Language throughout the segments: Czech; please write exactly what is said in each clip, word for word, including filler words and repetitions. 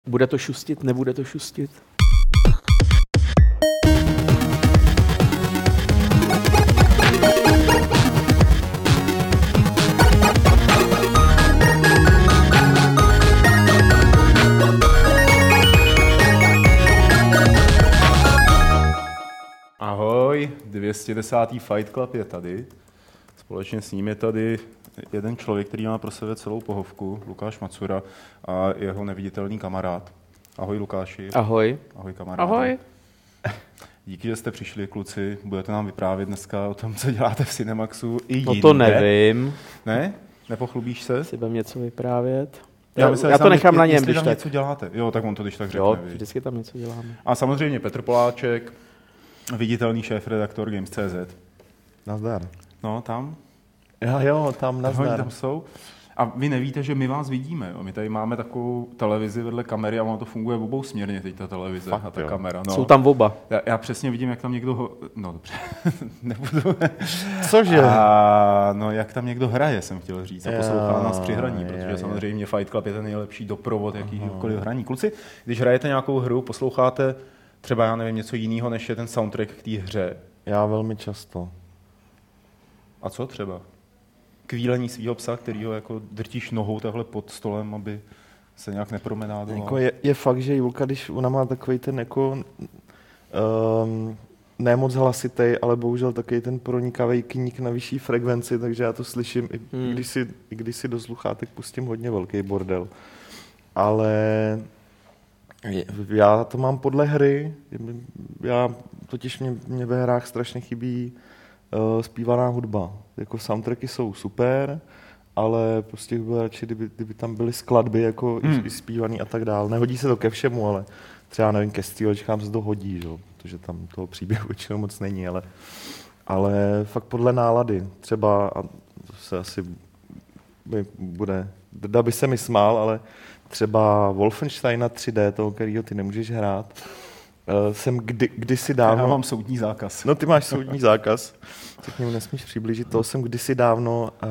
Bude to šustit, nebude to šustit? Ahoj, dvě stě desátý Fight Club je tady. Společně s ním je tady jeden člověk, který má pro sebe celou pohovku, Lukáš Macura a jeho neviditelný kamarád. Ahoj Lukáši. Ahoj. Ahoj kamarád. Ahoj. Díky, že jste přišli, kluci. Budete nám vyprávět dneska o tom, co děláte v Cinemaxu i jinde. No to nevím. Ne? Nepochlubíš se? Si budem něco vyprávět. Já, myslím, já to nechám je, na něm, jestli když tam tak. něco děláte. Jo, tak on to když tak řekne. Jo, víš. vždycky tam něco děláme. A samozřejmě Petr Poláček, viditelný šéfredaktor Games tečka cé zet. Nazdar. No, tam. Jo, jo, tam nazdar. Ahoj, tam jsou. A vy nevíte, že my vás vidíme. Jo? My tady máme takovou televizi vedle kamery a ono to funguje v obou směrně, teď ta televize Fakt, a ta jo. kamera. No. Jsou tam oba. Já, já přesně vidím, jak tam někdo... Ho... No dobře, nebudu... Cože? A, no, jak tam někdo hraje, jsem chtěl říct. A poslouchá Jo, nás při hraní, protože jo, jo. samozřejmě Fight Club je ten nejlepší doprovod jakýkoliv hraní. Kluci, když hrajete nějakou hru, posloucháte třeba, já nevím, něco jiného, než je ten soundtrack k té hře. Já velmi často. A co třeba? Kvílení svýho psa, kterýho jako drtíš nohou takhle pod stolem, aby se nějak nepromenádoval. Jako je, je fakt, že Julka, když ona má takový ten jako um, ne moc hlasitej, ale bohužel takový ten pronikavý kník na vyšší frekvenci, takže já to slyším, i, Hmm. i, když, si, i když si do sluchátek pustím hodně velký bordel. Ale je, já to mám podle hry, já totiž mě, mě ve hrách strašně chybí uh, zpívaná hudba. Jako soundtracky jsou super, ale prostě bych byl radši, kdyby, kdyby tam byly skladby jako Hmm. i, i zpívaný a tak dál. Nehodí se to ke všemu, ale třeba nevím, ke střílečkám se to hodí, že? Protože tam toho příběhu většinou moc není, ale, ale fakt podle nálady. Třeba, a to se asi by bude, Dada by se mi smál, ale třeba Wolfensteina tři dé, toho, kterýho ty nemůžeš hrát, uh, jsem kdy, kdysi dávno... Já mám soudní zákaz. No ty máš soudní zákaz, co k němu nesmíš přiblížit. Toho jsem kdysi dávno uh,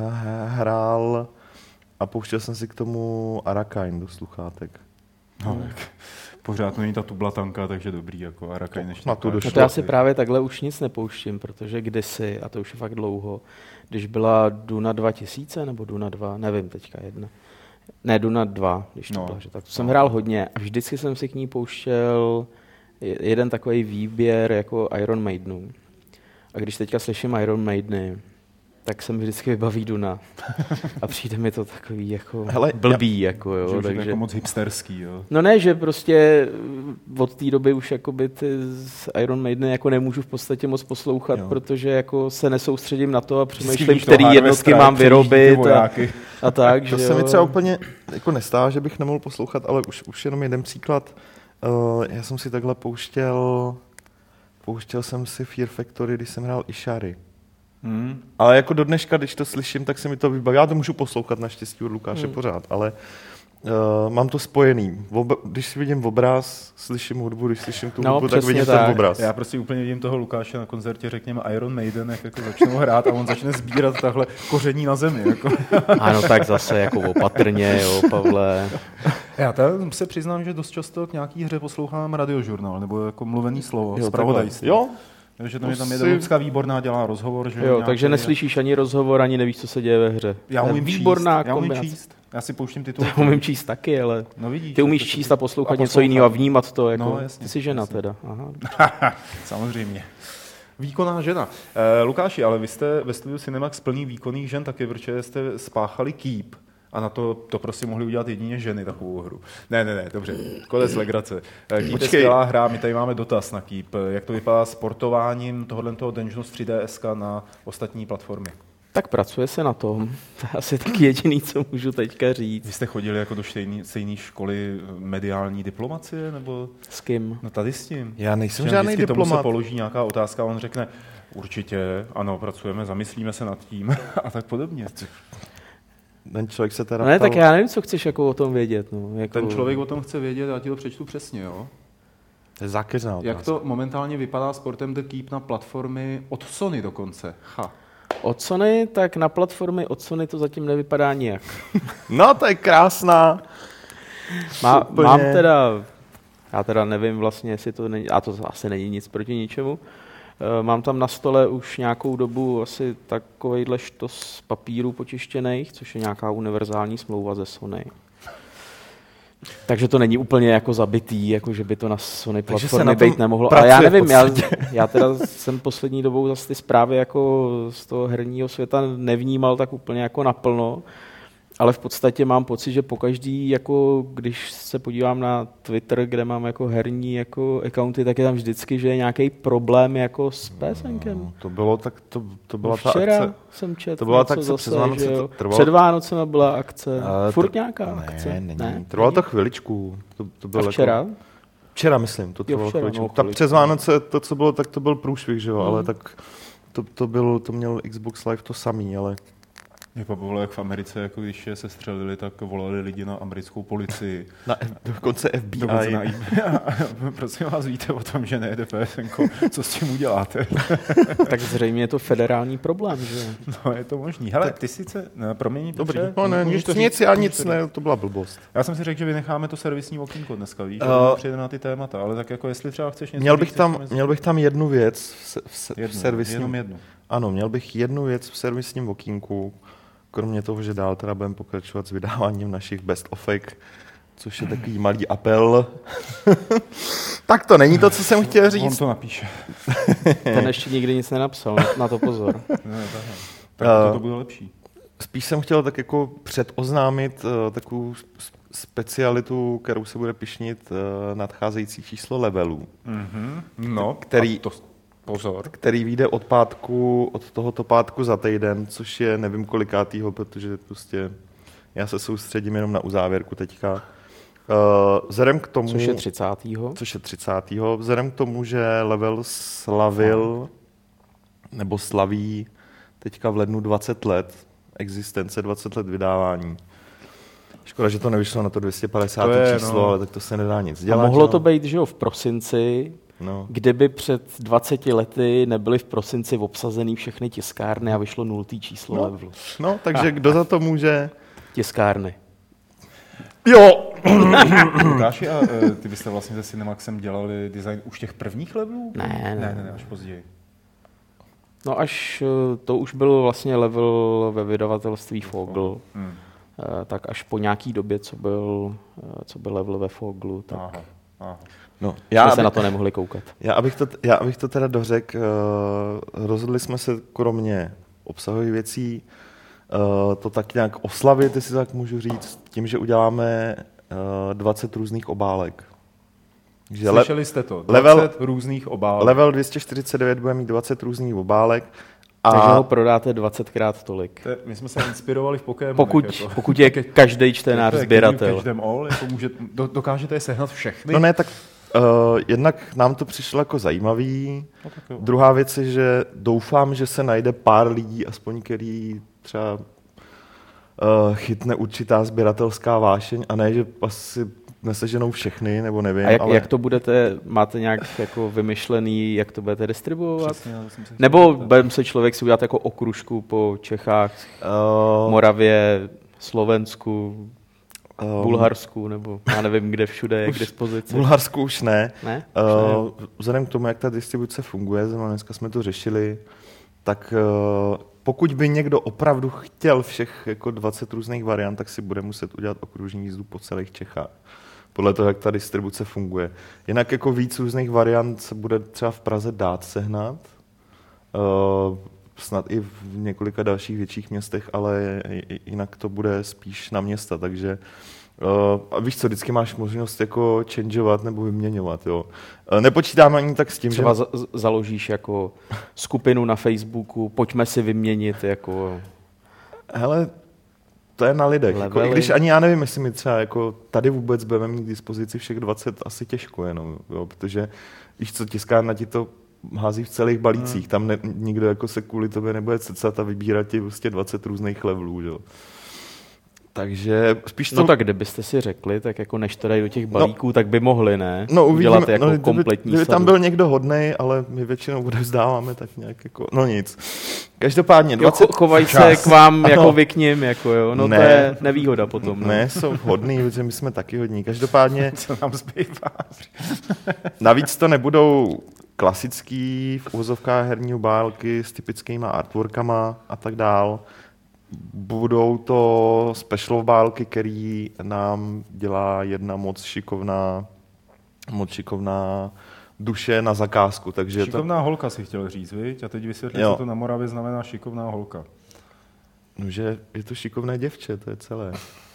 hrál a pouštěl jsem si k tomu Arrakine do sluchátek. No, tak pořád to není ta tublatanka, takže dobrý, jako Arrakine než Na tu došlo. No to já si právě takhle už nic nepouštím, protože kdysi, a to už je fakt dlouho, když byla Duna dva tisíce nebo Duna dva, nevím teďka jedna. Ne, Duna dva, když to No. byla, že tak to jsem hrál hodně a vždycky jsem si k ní pouštěl jeden takový výběr jako Iron Maidenů. A když teďka slyším Iron Maideny, tak se mi vždycky vybaví Duna. A přijde mi to takový jako Hele, blbý, jako jo. Že už je to Takže... jako moc hipsterský, jo. No ne, že prostě od té doby už jakoby ty z Iron Maiden jako nemůžu v podstatě moc poslouchat, Jo. protože jako se nesoustředím na to a přemýšlím, vidíš který toho jednotky Harvestera, mám jak přejíždí ty vyrobit a, vojáky. a tak, To že se mi jo. třeba úplně jako nestává, že bych nemohl poslouchat, ale už, už jenom jeden příklad. Uh, já jsem si takhle pouštěl, pouštěl jsem si Fear Factory, když jsem hrál Ishari. Hmm. Ale jako do dneška, když to slyším, tak se mi to vybaví. Já to můžu poslouchat naštěstí od Lukáše Hmm. pořád, ale uh, mám to spojený. Ob- když si vidím obraz, slyším hudbu, když slyším tu No, hudbu, tak přesně vidím tak. ten obraz. Já prostě úplně vidím toho Lukáše na koncertě, řekněme Iron Maiden, jak jako začnou hrát a on začne sbírat tahle koření na zemi. Jako. Ano, tak zase jako opatrně, jo, Pavle. Já tady se přiznám, že dost často k nějaký hře poslouchám radiožurnál, nebo jako mluvený slovo, Jo, zpravodajství. Jo, Takže tam je tam To jedna si- Lucka Výborná, dělá rozhovor. Že Jo, nějaký- takže neslyšíš ani rozhovor, ani nevíš, co se děje ve hře. Já umím Výborná číst, já umím kombinace. číst. Já si pouštím titul. Já umím číst taky, ale No vidíš. ty umíš tak to- číst a poslouchat a něco poslouchat. jiného a vnímat to. Jako, No, jasně, ty jsi žena jasně. teda. Aha. Samozřejmě. Výkonná žena. Eh, Lukáši, ale vy jste ve studiu Cinemax plný výkonných žen taky, protože jste spáchali Keep. A na to, to prostě mohli udělat jedině ženy, takovou hru. Ne, ne, ne, dobře, konec legrace. Keep je Počkej. skvělá hra, my tady máme dotaz na Keep. Jak to vypadá s portováním tohohle toho Dungeons tři dé es na ostatní platformy? Tak pracuje se na tom. To je asi taky jediný, co můžu teďka říct. Vy jste chodili jako do stejné stejné školy mediální diplomacie, nebo S kým? no tady s tím? já nejsem Že žádný vždycky tomu se diplomat. položí nějaká otázka a on řekne, určitě, ano, pracujeme, zamyslíme se nad tím a tak podobně. Ten člověk se teda No ne, ptal- tak já nevím, co chceš jako o tom vědět. No. Jako... Ten člověk o tom chce vědět, já ti to přečtu přesně, jo. To je zákeřná otázka. Jak to momentálně vypadá s portem The Keep na platformy od Sony dokonce? Ha. Od Sony, tak na platformy od Sony to zatím nevypadá nijak. No, to je krásná. Má, Úplně... Mám teda, já teda nevím vlastně, jestli to není, a to asi není nic proti ničemu, mám tam na stole už nějakou dobu asi takovejhle štos papírů počištěných, což je nějaká univerzální smlouva ze Sony. Takže to není úplně jako zabitý, jako že by to na Sony platformy být nemohlo. Ale já nevím, já, já teda jsem poslední dobou zase ty zprávy jako z toho herního světa nevnímal tak úplně jako naplno, ale v podstatě mám pocit, že pokaždý, jako když se podívám na Twitter, kde mám jako herní jako accounty, tak je tam vždycky, že je nějaký problém jako s PSNkem. No, to bylo tak, to, to byla Včera ta akce. jsem četl. To byla ta akce přes Vánoce. Před Vánocema byla akce. Uh, Furt to, nějaká ne, akce. Není. Ne, trvalo to chviličku. To, to bylo A včera? Jako, včera, myslím, to trvalo jo, včera, chviličku. no, Ta přes Vánoce, to, co bylo, tak to byl průšvih, že jo, mm. ale tak to, to, byl, to měl Xbox Live to samý, ale... Mě pobavilo, jak v Americe, jako když je sestřelili, tak volali lidi na americkou policii. Na, dokonce F B I. Dokonce na Prosím vás, víte o tom, že nejede PSNko, co s tím uděláte? Tak zřejmě je to federální problém, že? No, je to možný. Hele, tak ty sice, ne, promiň, dobrý, Petře, no, ne, nic, nic, já nic, ne, to byla blbost. Já jsem si řekl, že vynecháme to servisní okýnko dneska, víš, uh, přijedeme na ty témata, ale tak jako jestli třeba chceš něco měl bych říct, tam, měl bych tam jednu věc v, se, v, se, jednu, v servisním... Jenom jednu. Ano, měl bych jednu věc v servisním okýnku, kromě toho, že dál teda budeme pokračovat s vydáváním našich best ofek, což je takový malý apel. Tak to není to, co jsem chtěl říct. On to napíše. Ten ještě nikdy nic nenapsal, na to pozor. Ne, tak to, to bude lepší. Spíš jsem chtěl tak jako předoznámit uh, takovou specialitu, kterou se bude pišnit uh, nadcházející číslo levelů. Mm-hmm. No, který, to, pozor. Který vyjde od pátku, od tohoto pátku za týden, což je nevím kolikátýho, protože prostě já se soustředím jenom na uzávěrku teďka. Uh, vzhledem k tomu... Což je třicátého Což je třicátého Vzhledem k tomu, že level slavil, nebo slaví teďka v lednu dvacet let, existence dvacet let vydávání. Škoda, že to nevyšlo na to dvě stě padesát to je, číslo, no. Ale tak to se nedá nic dělat. A mohlo no. to být, že jo, v prosinci, no. Kdyby před dvaceti lety nebyly v prosinci obsazený všechny tiskárny a vyšlo nultý číslo no. levelu. No, takže ah. kdo za to může? Tiskárny. Jo! Lukáši, a ty byste vlastně se Cinemaxem dělali design už těch prvních levelů? Ne, ne, ne, ne, ne až později. No až to už byl vlastně level ve vydavatelství Fogl, hmm. tak až po nějaký době, co byl, co byl level ve Foglu, tak aha, aha. No, já, jsme se abych, na to nemohli koukat. Já abych to, já abych to teda dořekl, uh, rozhodli jsme se kromě obsahových věcí uh, to tak nějak oslavit, jestli tak můžu říct, tím, že uděláme uh, dvacet různých obálek. Že Slyšeli jste to? dvacet level, různých obálek. Level dvě stě čtyřicet devět bude mít dvacet různých obálek. A takže ho prodáte dvacetkrát tolik. To, my jsme se inspirovali v Pokémonech. Pokud, jako. pokud je každý čtenář sběratel. Každém all, jako může, do, dokážete je sehnat všechny? No ne, tak uh, jednak nám to přišlo jako zajímavý. No, druhá věc je, že doufám, že se najde pár lidí, aspoň který třeba uh, chytne určitá sběratelská vášeň a ne, že asi neseženou všechny, nebo nevím. A jak, ale... jak to budete, máte nějak jako vymyšlený, jak to budete distribuovat? Přesně, se nebo budeme se člověk si udělat jako okružku po Čechách, uh... Moravě, Slovensku, um... Bulharsku, nebo já nevím, kde všude je k dispozici. Bulharsku už ne. ne? Uh, už ne. Vzhledem k tomu, jak ta distribuce funguje, dneska jsme to řešili, tak uh, pokud by někdo opravdu chtěl všech jako dvacet různých variant, tak si bude muset udělat okružní jízdu po celých Čechách. Podle toho, jak ta distribuce funguje. Jinak jako víc různých variant se bude třeba v Praze dát sehnat. Uh, snad i v několika dalších větších městech, ale jinak to bude spíš na města, takže uh, a víš co, vždycky máš možnost jako changeovat nebo vyměňovat, jo. Uh, nepočítáme ani tak s tím, třeba že... Třeba založíš jako skupinu na Facebooku, pojďme si vyměnit jako... Hele, to je na lidech. Jako, i když ani já nevím, jestli mi třeba jako tady vůbec budeme mít k dispozici všech dvacet, asi těžko jenom, jo, protože víš co, tiskárna ti to hází v celých balících, hmm. tam ne, nikdo jako se kvůli tobě nebude cecat a vybírat ti prostě dvacet různých levelů, jo. Takže spíš to... No tak kdybyste si řekli, tak jako než to dají do těch balíků, no, tak by mohli, ne? No uvidíme, udělat jako no, kompletní kdyby, kdyby tam byl někdo hodnej, ale my většinou odevzdáváme tak nějak jako, no nic. Každopádně dvacet... Jo, chovají se k vám jako ano. Vy k nim, jako jo, no ne, to je nevýhoda potom. Ne, ne jsou hodný, protože my jsme taky hodní. Každopádně... Co nám zbývá? Navíc to nebudou klasický v uvozovkách herní obálky s typickýma artworkama a tak dál. Budou to special obálky, který nám dělá jedna moc šikovná, moc šikovná duše na zakázku. Takže šikovná to... holka si chtěl říct, viď? A teď vysvětlím, co to na Moravě znamená šikovná holka. No, že je to šikovné děvče, to je celé.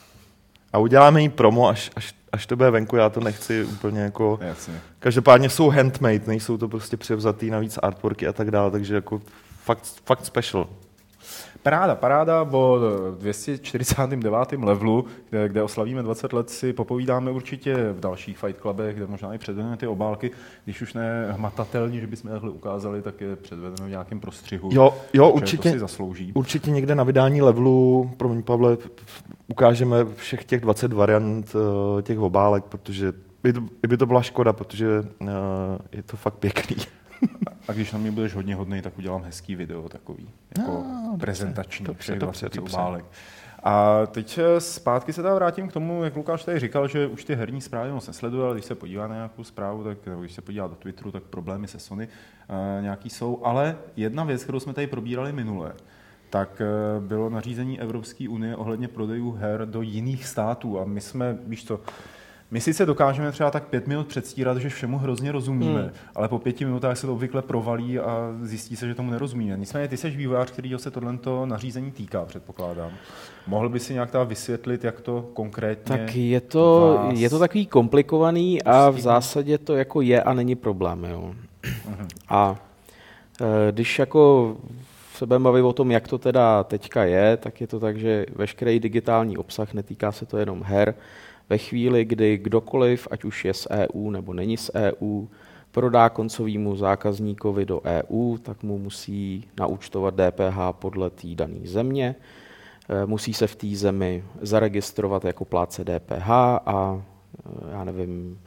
A uděláme jí promo, až, až, až to bude venku, já to nechci úplně jako... Jasně. Každopádně jsou handmade, nejsou to prostě převzatý navíc artworky a tak dále, takže jako fakt, fakt special. Paráda, paráda, o dvě stě čtyřicátém devátém levelu, kde, kde oslavíme dvacet let, si popovídáme určitě v dalších Fight Clubech, kde možná i předvedeme ty obálky, když už ne hmatatelně, že bychom takhle ukázali, tak je předvedeme v nějakém prostřihu. Jo, jo určitě, to si zaslouží. Určitě někde na vydání levelu, promiň Pavle, ukážeme všech těch dvacet variant uh, těch obálek, protože by to, by to byla škoda, protože uh, je to fakt pěkný. A když na mě budeš hodně hodnej, tak udělám hezký video takový, jako no, prezentační, dobře, všech dobře, dvacet dobře. obálek. A teď zpátky se tam vrátím k tomu, jak Lukáš tady říkal, že už ty herní zprávy moc nesleduje, ale když se podívá na nějakou zprávu, tak když se podívá do Twitteru, tak problémy se Sony uh, nějaký jsou. Ale jedna věc, kterou jsme tady probírali minule, tak uh, bylo nařízení Evropské unie ohledně prodejů her do jiných států. A my jsme, víš co, my sice dokážeme třeba tak pět minut předstírat, že všemu hrozně rozumíme, hmm. ale po pěti minutách se to obvykle provalí a zjistí se, že tomu nerozumíme. Nicméně ty seš vývojář, kterýho se tohleto nařízení týká, předpokládám. Mohl by si nějak teda vysvětlit, jak to konkrétně... Tak je to, je to takový komplikovaný a v zásadě to jako je a není problém. Jo. Hmm. A e, když jako se budeme bavit o tom, jak to teda teďka je, tak je to tak, že veškerý digitální obsah, netýká se to jenom her, ve chvíli, kdy kdokoliv, ať už je z E U nebo není z E U, prodá koncovému zákazníkovi do E U, tak mu musí naúčtovat D P H podle té dané země, musí se v té zemi zaregistrovat jako plátce D P H a já nevím,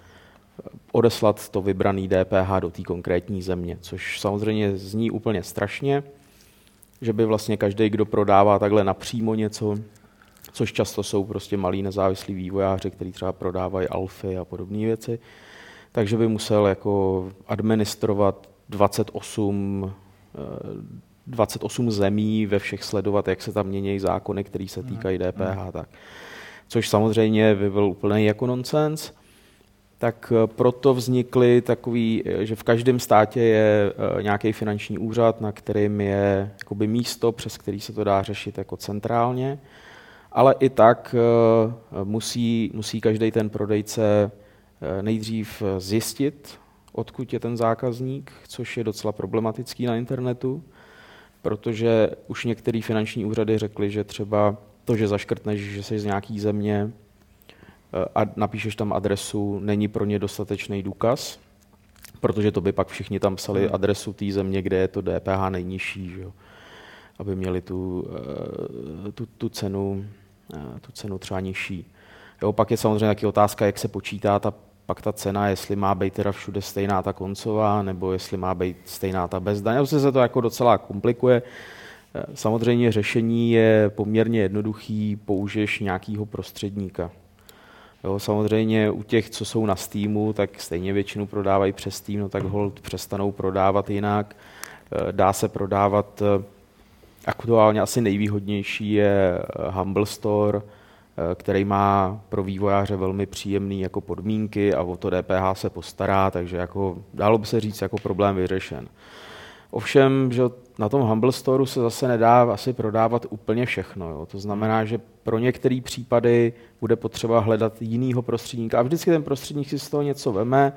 odeslat to vybraný D P H do té konkrétní země, což samozřejmě zní úplně strašně, že by vlastně každý, kdo prodává takhle napřímo něco, což často jsou prostě malí nezávislí vývojáři, kteří třeba prodávají alfy a podobné věci, takže by musel jako administrovat dvacet osm, dvacet osm zemí, ve všech sledovat, jak se tam mění zákony, které se týkají D P H. Tak. Což samozřejmě by byl úplný jako nonsens. Tak proto vznikly takový, že v každém státě je nějaký finanční úřad, na kterým je jakoby místo, přes který se to dá řešit jako centrálně. Ale i tak musí, musí každý ten prodejce nejdřív zjistit, odkud je ten zákazník, což je docela problematický na internetu, protože už některé finanční úřady řekly, že třeba to, že zaškrtneš, že jsi z nějaký země a napíšeš tam adresu, není pro ně dostatečný důkaz, protože to by pak všichni tam psali adresu té země, kde je to D P H nejnižší, že jo? Aby měli tu, tu, tu, cenu, tu cenu třeba nižší. Jo, pak je samozřejmě taky otázka, jak se počítá ta, pak ta cena, jestli má být teda všude stejná ta koncová, nebo jestli má být stejná ta bez daně. Se to jako docela komplikuje. Samozřejmě řešení je poměrně jednoduchý, použiješ nějakého prostředníka. Jo, samozřejmě u těch, co jsou na Steamu, tak stejně většinu prodávají přes Steam, no tak hold přestanou prodávat jinak. Dá se prodávat, aktuálně asi nejvýhodnější je Humble Store, který má pro vývojáře velmi příjemný jako podmínky a o to D P H se postará, takže jako, dalo by se říct, jako problém vyřešen. Ovšem, že na tom Humble Storeu se zase nedá asi prodávat úplně všechno. Jo. To znamená, že pro některé případy bude potřeba hledat jinýho prostředníka a vždycky ten prostředník si z toho něco veme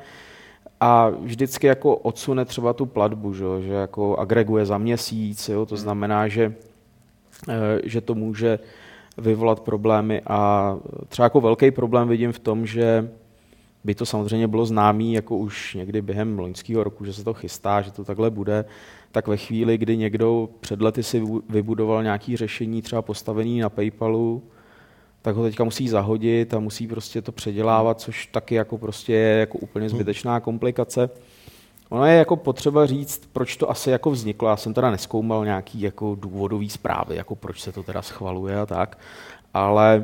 a vždycky jako odsune třeba tu platbu, že, že jako agreguje za měsíc. Jo. To znamená, že, že to může vyvolat problémy a třeba jako velký problém vidím v tom, že by to samozřejmě bylo známý jako už někdy během loňského roku, že se to chystá, že to takhle bude, tak ve chvíli, kdy někdo před lety si vybudoval nějaké řešení třeba postavený na PayPalu, tak ho teďka musí zahodit a musí prostě to předělávat, což taky jako prostě je jako úplně zbytečná komplikace. Ono je jako potřeba říct, proč to asi jako vzniklo. Já jsem teda nezkoumal nějaký jako důvodový zprávy, jako proč se to teda schvaluje a tak, ale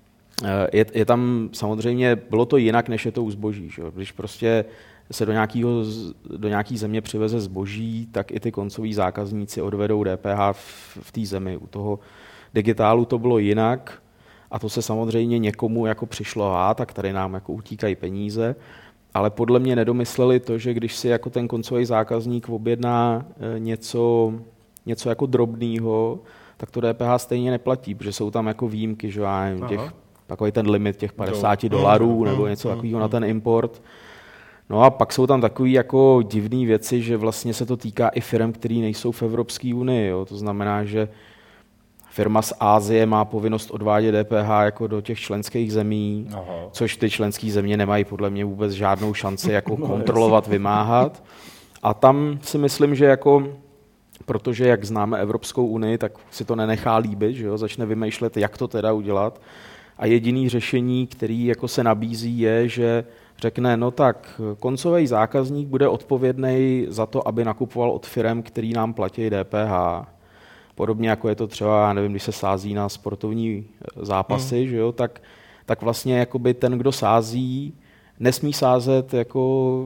je, je tam samozřejmě, bylo to jinak, než je to u zboží. Že? Když prostě se do, nějakého, do nějaký země přiveze zboží, tak i ty koncoví zákazníci odvedou D P H v, v té zemi. U toho digitálu to bylo jinak a to se samozřejmě někomu jako přišlo, a tak tady nám jako utíkají peníze, ale podle mě nedomysleli to, že když si jako ten koncový zákazník objedná něco, něco jako drobného, tak to D P H stejně neplatí, protože jsou tam jako výjimky, že já nevím, těch, takový ten limit těch padesát dolarů nebo něco takového na ten import. No a pak jsou tam takové jako divné věci, že vlastně se to týká i firm, které nejsou v Evropské unii. Jo. To znamená, že firma z Asie má povinnost odvádět D P H jako do těch členských zemí, Aha. což ty členské země nemají podle mě vůbec žádnou šanci jako no, kontrolovat, jestli. vymáhat. A tam si myslím, že jako, protože jak známe Evropskou unii, tak si to nenechá líbit, že jo, začne vymýšlet, jak to teda udělat. A jediný řešení, který jako se nabízí, je, že řekne, no tak koncový zákazník bude odpovědný za to, aby nakupoval od firem, který nám platí D P H. Podobně jako je to třeba, já nevím, když se sází na sportovní zápasy, hmm. že jo, tak, tak vlastně jakoby ten, kdo sází, nesmí sázet jako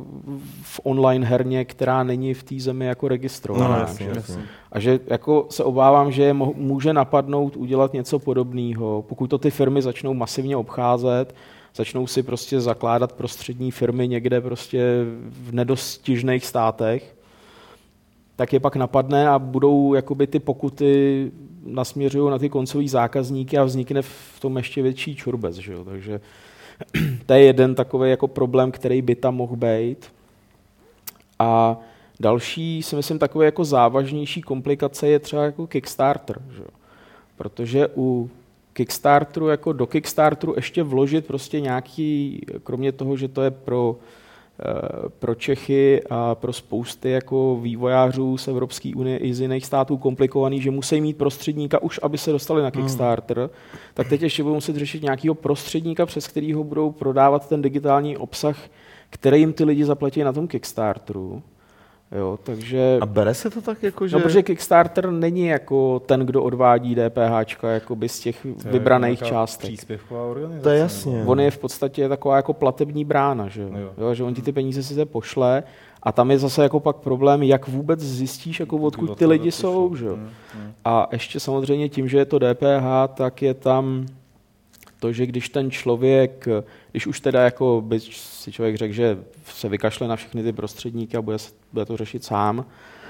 v online herně, která není v té zemi jako registrovaná. No, jasně, jasně. A že jako se obávám, že je může napadnout udělat něco podobného, pokud to ty firmy začnou masivně obcházet, začnou si prostě zakládat prostřední firmy někde prostě v nedostižných státech, tak je pak napadne a budou jakoby ty pokuty nasměřují na ty koncový zákazníky a vznikne v tom ještě větší čurbec, že jo? Takže to je jeden takový jako problém, který by tam mohl být. A další, si myslím, takové jako závažnější komplikace je třeba jako Kickstarter, že jo? Protože u Kickstarteru, jako do Kickstarteru ještě vložit prostě nějaký, kromě toho, že to je pro, pro Čechy a pro spousty jako vývojářů z Evropské unie i z jiných států komplikovaný, že musí mít prostředníka už, aby se dostali na Kickstarter, hmm. tak teď ještě budou muset řešit nějakého prostředníka, přes kterého budou prodávat ten digitální obsah, který jim ty lidi zaplatí na tom Kickstarteru. Jo, takže... A bere se to tak jako, že... No, protože Kickstarter není jako ten, kdo odvádí DPHčka jakoby z těch to vybraných částek. Příspěvková organizace. To je jasně. On je v podstatě taková jako platební brána, že, jo. Jo, že on ti ty peníze sice pošle a tam je zase jako pak problém, jak vůbec zjistíš, jako odkud ty lidi jsou. Že? Hmm, hmm. A ještě samozřejmě tím, že je to D P H, tak je tam to, že když ten člověk, když už teda jako by si člověk řekl, že se vykašle na všechny ty prostředníky a bude, bude to řešit sám,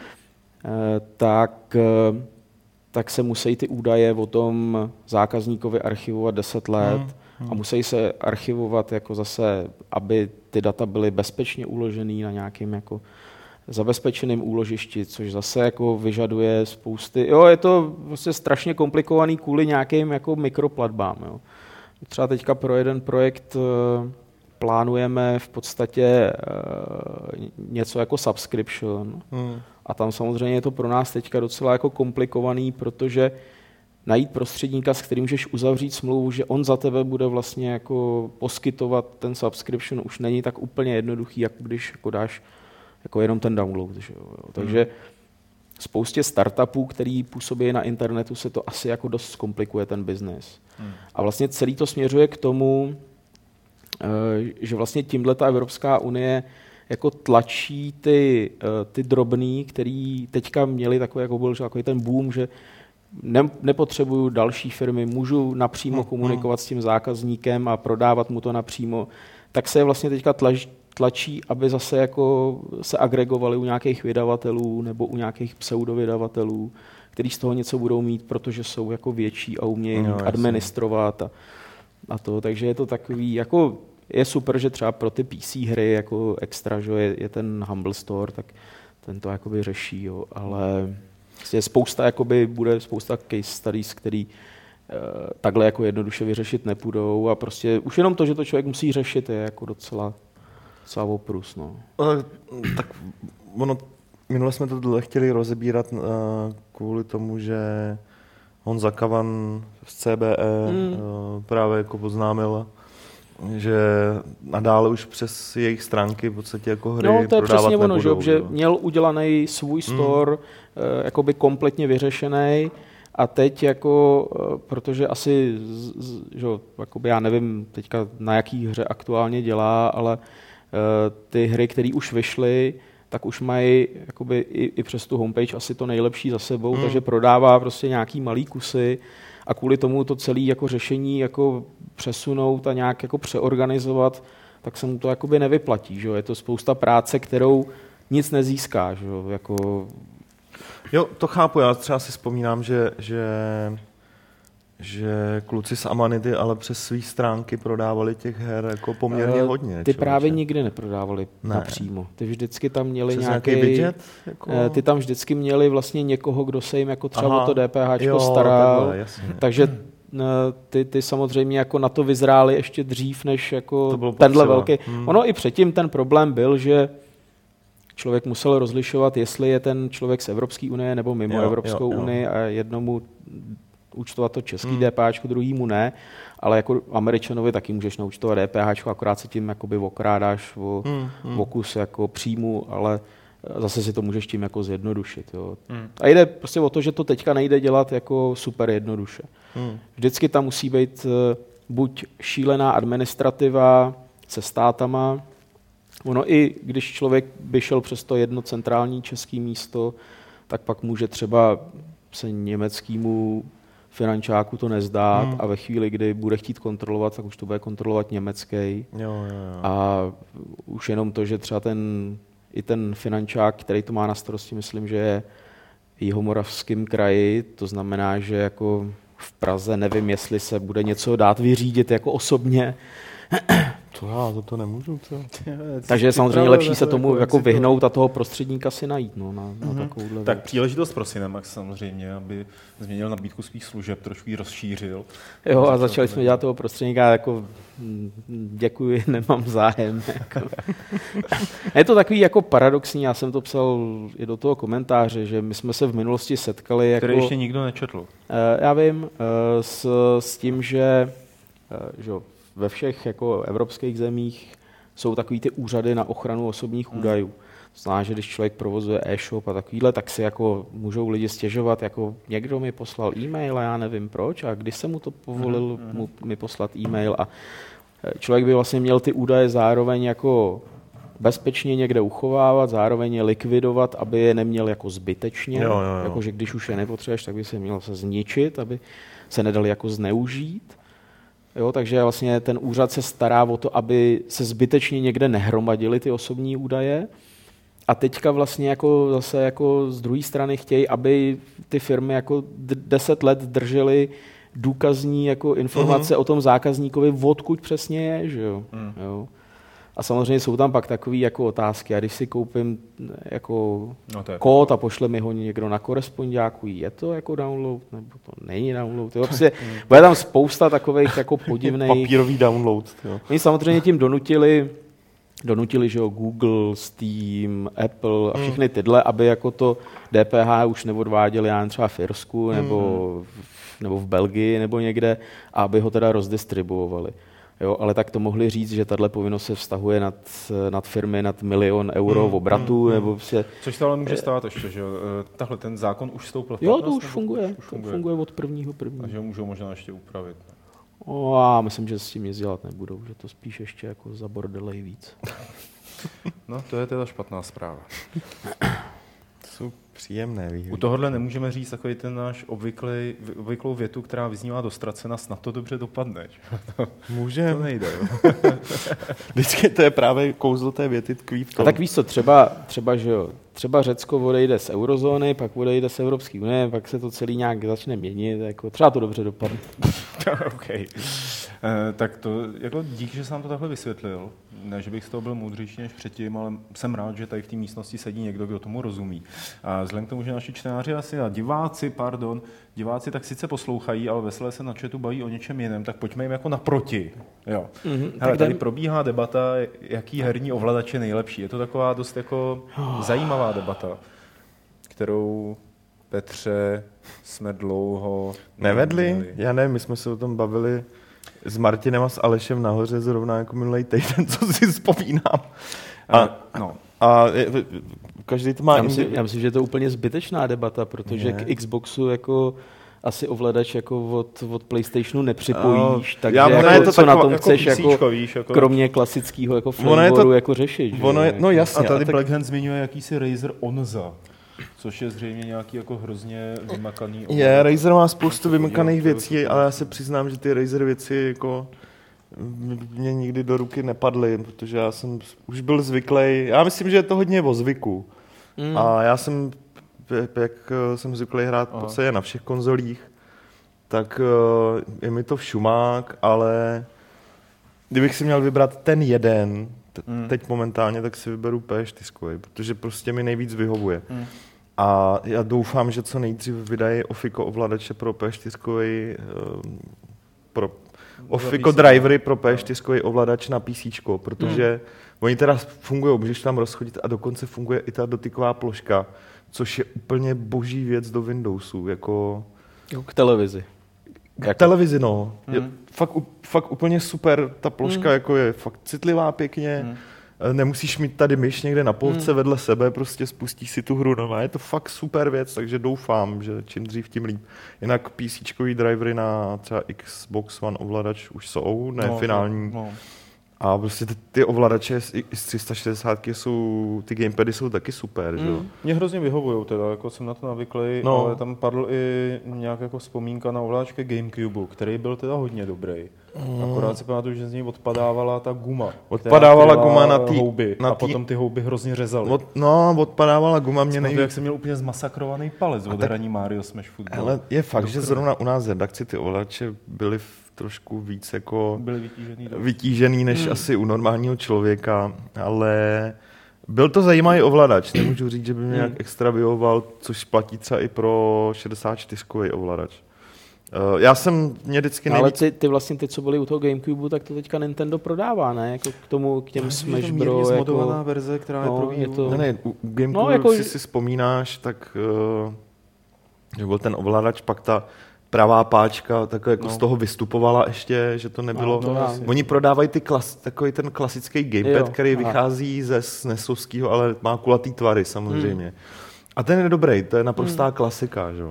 tak, tak se musí ty údaje o tom zákazníkovi archivovat deset let hmm, hmm. a musí se archivovat jako zase, aby ty data byly bezpečně uložený na nějakým jako zabezpečeným úložišti, což zase jako vyžaduje spousty. Jo, je to vlastně strašně komplikovaný kvůli nějakým jako mikroplatbám. Jo. Třeba teďka pro jeden projekt plánujeme v podstatě něco jako subscription. Hmm. A tam samozřejmě je to pro nás teďka docela jako komplikovaný, protože najít prostředníka, s kterým můžeš uzavřít smlouvu, že on za tebe bude vlastně jako poskytovat ten subscription, už není tak úplně jednoduchý, jako když jako dáš jako jenom ten download. Že jo. Takže hmm. spoustě startupů, který působí na internetu, se to asi jako dost zkomplikuje ten biznes. Hmm. A vlastně celý to směřuje k tomu, že vlastně tímhle ta Evropská unie jako tlačí ty, ty drobný, který teďka měli takový, jako byl takový ten boom, že ne, nepotřebuju další firmy, můžu napřímo hmm. komunikovat s tím zákazníkem a prodávat mu to napřímo, tak se vlastně teďka tlačí, tlačí, aby zase jako se agregovali u nějakých vydavatelů nebo u nějakých pseudovydavatelů, kteří z toho něco budou mít, protože jsou jako větší a umějí no, administrovat a, a to. Takže je to takový, jako je super, že třeba pro ty P C hry jako extra, že je, je ten Humble Store, tak ten to jakoby řeší, jo, ale je spousta, jakoby bude spousta case studies, který uh, takhle jako jednoduše vyřešit nepůjdou a prostě už jenom to, že to člověk musí řešit, je jako docela docela oprus, no. Tak ono, minule jsme to chtěli rozebírat uh, kvůli tomu, že Honza Kavan z C B E mm. právě jako oznámil, že nadále už přes jejich stránky v podstatě jako hry no, to je prodávat přesně ono, nebudou, že, že měl udělaný svůj store, mm. jakoby kompletně vyřešený a teď jako, protože asi, že, jakoby já nevím teďka na jaký hře aktuálně dělá, ale ty hry, které už vyšly, tak už mají jakoby i, i přes tu homepage asi to nejlepší za sebou, mm. takže prodává prostě nějaký malý kusy a kvůli tomu to celé jako řešení jako přesunout a nějak jako přeorganizovat, tak se mu to jakoby nevyplatí. Že? Je to spousta práce, kterou nic nezíská. Že? Jako... Jo, to chápu. Já třeba si vzpomínám, že, že, že kluci z Amanity ale přes své stránky prodávali těch her jako poměrně uh, hodně. Ty člověče. Právě nikdy neprodávali ne. napřímo. Ty vždycky tam měli přes nějaký widget, jako... Ty tam vždycky měli vlastně někoho, kdo se jim jako třeba Aha, o to DPHčko jo, staral. Takhle, takže Ty, ty samozřejmě jako na to vyzráli ještě dřív, než jako tenhle velký. Hmm. Ono i předtím ten problém byl, že člověk musel rozlišovat, jestli je ten člověk z Evropské unie nebo mimo jo, Evropskou jo, jo. unii a jednomu účtovat to český hmm. DPHčko, druhýmu ne, ale jako Američanovi taky můžeš naúčtovat DPHčko, akorát se tím jakoby okrádáš o, hmm. hmm. o kus jako příjmu, ale zase si to můžeš tím jako zjednodušit. Jo. Hmm. A jde prostě o to, že to teďka nejde dělat jako super jednoduše. Hmm. Vždycky tam musí být buď šílená administrativa se státama, ono i když člověk by šel přes to jedno centrální české místo, tak pak může třeba se německému finančáku to nezdát hmm. a ve chvíli, kdy bude chtít kontrolovat, tak už to bude kontrolovat německý. Jo, jo, jo. A už jenom to, že třeba ten i ten finančák, který to má na starosti, myslím, že je v Jihomoravském kraji, to znamená, že jako v Praze nevím, jestli se bude něco dát vyřídit jako osobně. To já za to nemůžu. Co? Takže je samozřejmě lepší se tomu jako vyhnout a toho prostředníka si najít. No, na, na mm-hmm. takovouhle tak věc. Příležitost pro Cinemax samozřejmě, aby změnil nabídku svých služeb, trošku ji rozšířil. Jo, a začali jsme dělat toho prostředníka jako děkuji, nemám zájem. Jako. Je to takový jako paradoxní, já jsem to psal i do toho komentáře, že my jsme se v minulosti setkali. Jako, který ještě nikdo nečetl. Já vím, s, s tím, že, že ve všech jako evropských zemích jsou takový ty úřady na ochranu osobních hmm. údajů. To znamená, že když člověk provozuje e-shop a takovýhle, tak si jako můžou lidi stěžovat, jako někdo mi poslal e-mail a já nevím proč a když jsem mu to povolil hmm. mu, mi poslat e-mail a člověk by vlastně měl ty údaje zároveň jako bezpečně někde uchovávat, zároveň je likvidovat, aby je neměl jako zbytečně. Jo, jo, jo. Jako, že když už je nepotřebuješ, tak by se měl se zničit, aby se nedali jako zneužít. Jo, takže vlastně ten úřad se stará o to, aby se zbytečně někde nehromadily ty osobní údaje. A teďka vlastně jako zase jako z druhé strany chtějí, aby ty firmy jako deset let držely důkazní jako informace uh-huh. o tom zákazníkovi, odkud přesně je, že jo. Uh-huh. jo. A samozřejmě jsou tam pak takové jako otázky. A když si koupím jako no kód a pošle mi ho někdo na korespondiáku, je to jako download, nebo to není download? Jo? Prostě bude tam spousta takových jako podivných... Papírový download. Jo. Oni samozřejmě tím donutili, donutili, že jo, Google, Steam, Apple a všechny tyhle, aby jako to D P H už neodváděli já třeba v Irsku nebo, v, nebo v Belgii nebo někde, a aby ho teda rozdistribuovali. Jo, ale tak to mohli říct, že tahle povinnost se vztahuje nad, nad firmy nad milion euro v obratu. Hmm, nebo se, což se ale může stát ještě, že tahle ten zákon už vstoupil v platnost? Jo, to už funguje. Už, už funguje. To funguje od prvního prvního. Takže ho můžou možná ještě upravit. O, já myslím, že s tím nic dělat nebudou, že to spíš ještě jako zabordelej víc. No, to je teda špatná zpráva. To jsou příjemné výhody. U tohohle nemůžeme říct takový ten náš obvyklý, obvyklou větu, která vyznívá dostracena, snad to dobře dopadne. Můžeme. To nejde. Jo. Vždycky to je právě kouzlo té věty tkví v tom. A tak víš co, třeba, třeba, že jo, třeba Řecko odejde z eurozóny, pak odejde z Evropské unie, pak se to celý nějak začne měnit, jako třeba to dobře dopadne. Okay. E, tak to, jako díky, že jsi nám to takhle vysvětlil. Ne, že bych z toho byl moudřejší než předtím, ale jsem rád, že tady v té místnosti sedí někdo, kdo tomu rozumí. A vzhledem k tomu, že naši čtenáři asi a diváci, pardon, diváci tak sice poslouchají, ale veselé se na chatu baví o něčem jiném, tak pojďme jim jako naproti. Jo. Mm-hmm, Hele, tady probíhá debata, jaký herní ovladač je nejlepší. Je to taková dost jako zajímavá debata, kterou Petře, jsme dlouho... Nevedli? neměli. Já nevím, my jsme se o tom bavili s Martinem a s Alešem nahoře zrovna jako minulý týden, co si vzpomínám. A, no. a je, každý to má... Já myslím, já myslím, že je to úplně zbytečná debata, protože ne. K Xboxu jako asi ovladač jako od, od PlayStationu nepřipojíš, no, takže já, jako, je to co taková, na tom jako chceš jako, víš, jako... kromě klasického jako flavouru jako řešit. Ono je, no jasně. A tady tak... Black Hand zmiňuje jakýsi Razer Onza, což je zřejmě nějaký jako hrozně vymakaný... Je, Razer má spoustu vymakaných věcí, ale já se přiznám, že ty Razer věci jako mě nikdy do ruky nepadly, protože já jsem už byl zvyklý. Já myslím, že je to hodně o zvyku. Mm. A já jsem, jak jsem zvyklý hrát v podstatě na všech konzolích, tak je mi to všumák, ale kdybych si měl vybrat ten jeden, t- teď momentálně, tak si vyberu P čtyři, protože prostě mi nejvíc vyhovuje. Mm. A já doufám, že co nejdřív vydají Offico ovladače pro P čtyři, pro Offico drivery pro P čtyři ovladač na P C, protože mm. oni teda fungují, můžeš tam rozchodit a dokonce funguje i ta dotyková ploška, což je úplně boží věc do Windowsu, jako... Jako k televizi. K jako... televizi, no. Mm. Je fakt, fakt úplně super, ta ploška mm. jako je fakt citlivá pěkně, mm. nemusíš mít tady myš někde na polce mm. vedle sebe, prostě spustíš si tu hru, no, je to fakt super věc, takže doufám, že čím dřív, tím líp. Jinak PCčkový drivery na třeba Xbox One ovladač už jsou, ne no, finální. No. A prostě ty, ty ovladače z, z tři sta šedesát jsou, ty gamepady jsou taky super, mm. že jo? Mě hrozně vyhovujou teda, jako jsem na to navyklý, no. ale tam padl i nějak jako vzpomínka na ovladač ke Gamecube, který byl teda hodně dobrý. Mm. Akorát si pamatuju, že z něj odpadávala ta guma. Odpadávala guma na ty houby na a tý... potom ty houby hrozně řezaly. Od, no, odpadávala guma mě nejvíc. Jak jsem měl úplně zmasakrovaný palec od hraní Mario Smash Football. Ale je fakt, že zrovna u nás v redakci ty ovladače byly v trošku víc jako byly vytížený, vytížený než hmm. asi u normálního člověka, ale byl to zajímavý ovladač, nemůžu říct, že by mě nějak extra vyhovoval, což platí třeba i pro šedesát čtyři ovladač. Uh, já jsem mě vždycky nejvíc... Ale ty, ty vlastně ty, co byli u toho Gamecube, tak to teďka Nintendo prodává, ne? Jako k tomu, k těm no, Smash Bros. Je to zmodovaná jako... verze, která no, je pro to... Ne, ne, u Gamecube, no, jako... si si vzpomínáš, tak uh, že byl ten ovladač, pak ta pravá páčka tak jako no. z toho vystupovala ještě, že to nebylo... No, to Oni prodávají ty klas, takový ten klasický gamepad, jo, který aha. vychází ze SNESovského, ale má kulatý tvary samozřejmě. Hmm. A ten je dobrý, to je naprostá hmm. klasika, že?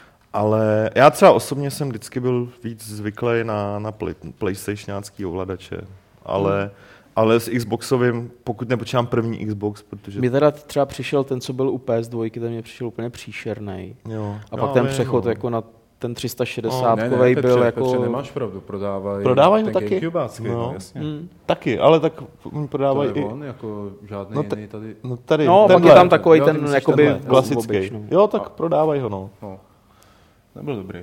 Ale já třeba osobně jsem vždycky byl víc zvyklý na, na play, PlayStationácký ovladače, ale... Hmm. Ale s Xboxovým, pokud nepočítám první Xbox, protože... Mně teda třeba přišel ten, co byl u P S dva, ten mě přišel úplně příšerný. Jo. A pak no, ten je, přechod no. jako na ten tři sta šedesát no, ne, ne, byl Petře, jako... Petře, nemáš pravdu, prodávají prodávají ten taky? Gamecubácký, no. no, jasně. Mm, taky, ale tak prodávají to je i... on, jako žádný no, t- jiný tady... No, tady, no tenhle, pak je tam takový jo, ten jakoby klasický. Jo, tak a, prodávají ho, no. no. Nebyl dobrý.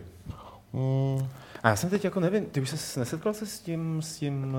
Mm. A já jsem teď jako nevím, ty už se nesetkal se s tím, s tím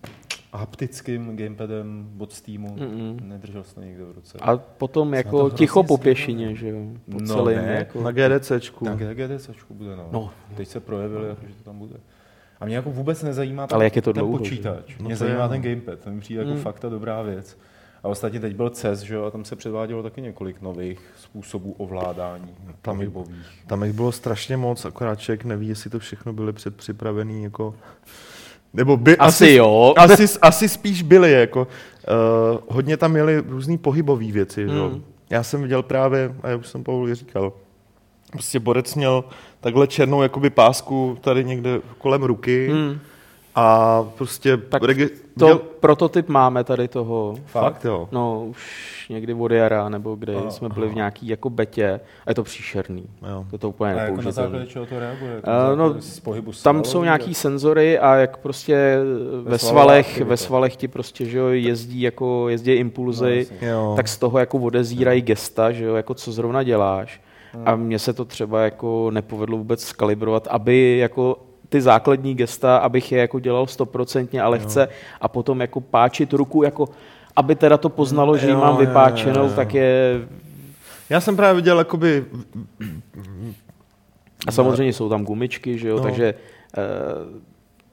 haptickým gamepadem od Steamu? Mm-mm. Nedržel jsi to někde v ruce? A potom jako ticho po pěšině, že jo? Po no celým, ne, jako... na GDCčku. Na GDCčku bude, no. no. Teď se projevili, jako, že to tam bude. A mě jako vůbec nezajímá ten, ale jak je to ten dlouho, počítač. No mě zajímá je, ten gamepad, to mi přijde jako mm. fakt ta dobrá věc. A ostatně teď byl C E S, že jo, a tam se předvádělo taky několik nových způsobů ovládání. Tam, jich, tam jich bylo strašně moc, akorát člověk neví, jestli to všechno byly předpřipravený jako... Nebo by, asi, asi jo. Asi, asi spíš byly, jako. Uh, hodně tam měli různý pohybové věci, mm. jo. Já jsem viděl právě, a já už jsem Paul říkal, prostě borec měl takhle černou jakoby pásku tady někde kolem ruky mm. a prostě... Tak regi- to měl... prototyp máme tady toho. Fakt, jo. No, už někdy od jara, nebo kde oh, jsme byli oh. v nějaký jako betě a je to příšerný. Jo. To, to úplně nepoužitelné. A jako na základě čeho to reaguje? Uh, no, tam jsou nějaký senzory a jak prostě ve svalech, ve svalech ti prostě, že jo, jezdí jako jezdí impulzy, no, tak z toho jako odezírají gesta, že jo, jako co zrovna děláš. Hmm. A mně se to třeba jako nepovedlo vůbec skalibrovat, aby jako ty základní gesta, abych je jako dělal stoprocentně a lehce jo. a potom jako páčit ruku, jako aby teda to poznalo, že ji mám vypáčenou, jo, jo. tak je... Já jsem právě viděl jakoby... A samozřejmě jsou tam gumičky, že jo, no. takže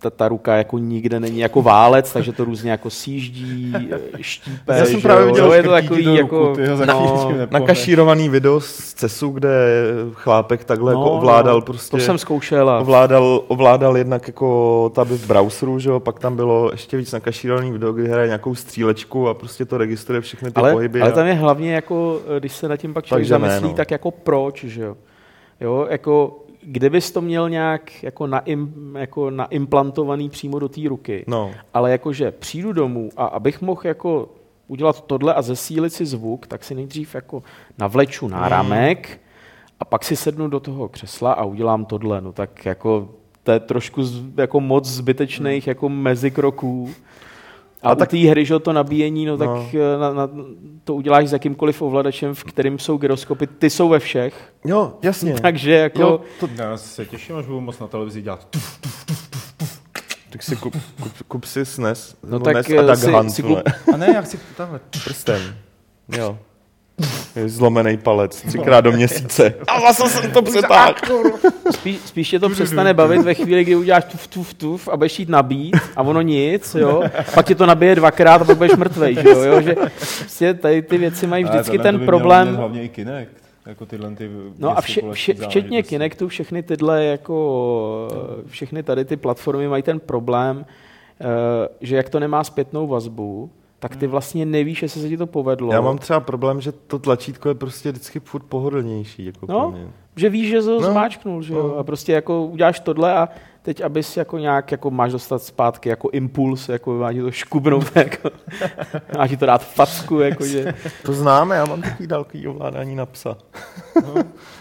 ta, ta ruka jako nikde není jako válec, takže to různě jako síždí, štípe. Já jsem právě viděl, je to takový jako no, nakašírovaný video z CESu, kde chlápek takhle no, jako ovládal prostě. To jsem zkoušel. A... Ovládal, ovládal jednak jako taby v browseru, že jo, pak tam bylo ještě víc nakašírovaný video, kdy hraje nějakou střílečku a prostě to registruje všechny ty ale, pohyby. Ale a... tam je hlavně jako, když se nad tím pak člověk zamyslí, ne, no. tak jako proč, že jo. Jo, jako kdybys to měl nějak jako, naim, jako naimplantovaný přímo do té ruky, no. ale jakože přijdu domů a abych mohl jako udělat tohle a zesílit si zvuk, tak si nejdřív jako navleču náramek mm. a pak si sednu do toho křesla a udělám tohle. No tak jako to je trošku z, jako moc zbytečných mm. jako mezikroků. A, a tak té hry, že to nabíjení, no, no. tak na, na, to uděláš s jakýmkoliv ovladačem, v kterým jsou gyroskopy, ty jsou ve všech. Jo, jasně. Takže jako... Jo, to... Já se těším, až budu moc na televizi dělat tuf, tuf, tuf, tuf, tuf. Tak si kup, kup, kup si snes. No tak nes a si, Hunt, si kup... A ne, já chci tahle. Prstem. Jo. Je zlomený palec, třikrát do měsíce. A zase jsem to přetáhl. Spíš, spíš tě to přestane bavit ve chvíli, kdy uděláš tuf, tuf, tuf a budeš jít nabít a ono nic, jo. Pak ti to nabije dvakrát a pak budeš mrtvej, že jo. jo? Že prostě tady ty věci mají vždycky ten problém. Hlavně i Kinect. Jako tyhle ty no a vše, vše, včetně Kinectu, všechny tyhle jako, všechny tady ty platformy mají ten problém, že jak to nemá zpětnou vazbu, tak ty vlastně nevíš, jestli se ti to povedlo. Já mám třeba problém, že to tlačítko je prostě vždycky furt pohodlnější. Jako no, že víš, že to no. zmáčknul, že jo? A prostě jako uděláš tohle a teď, abys jako nějak jako máš dostat zpátky jako impuls, jako má ti to škubnout, jako, máš ti to dát facku, jako že... To známe, já mám takový dálkový ovládání na psa. No.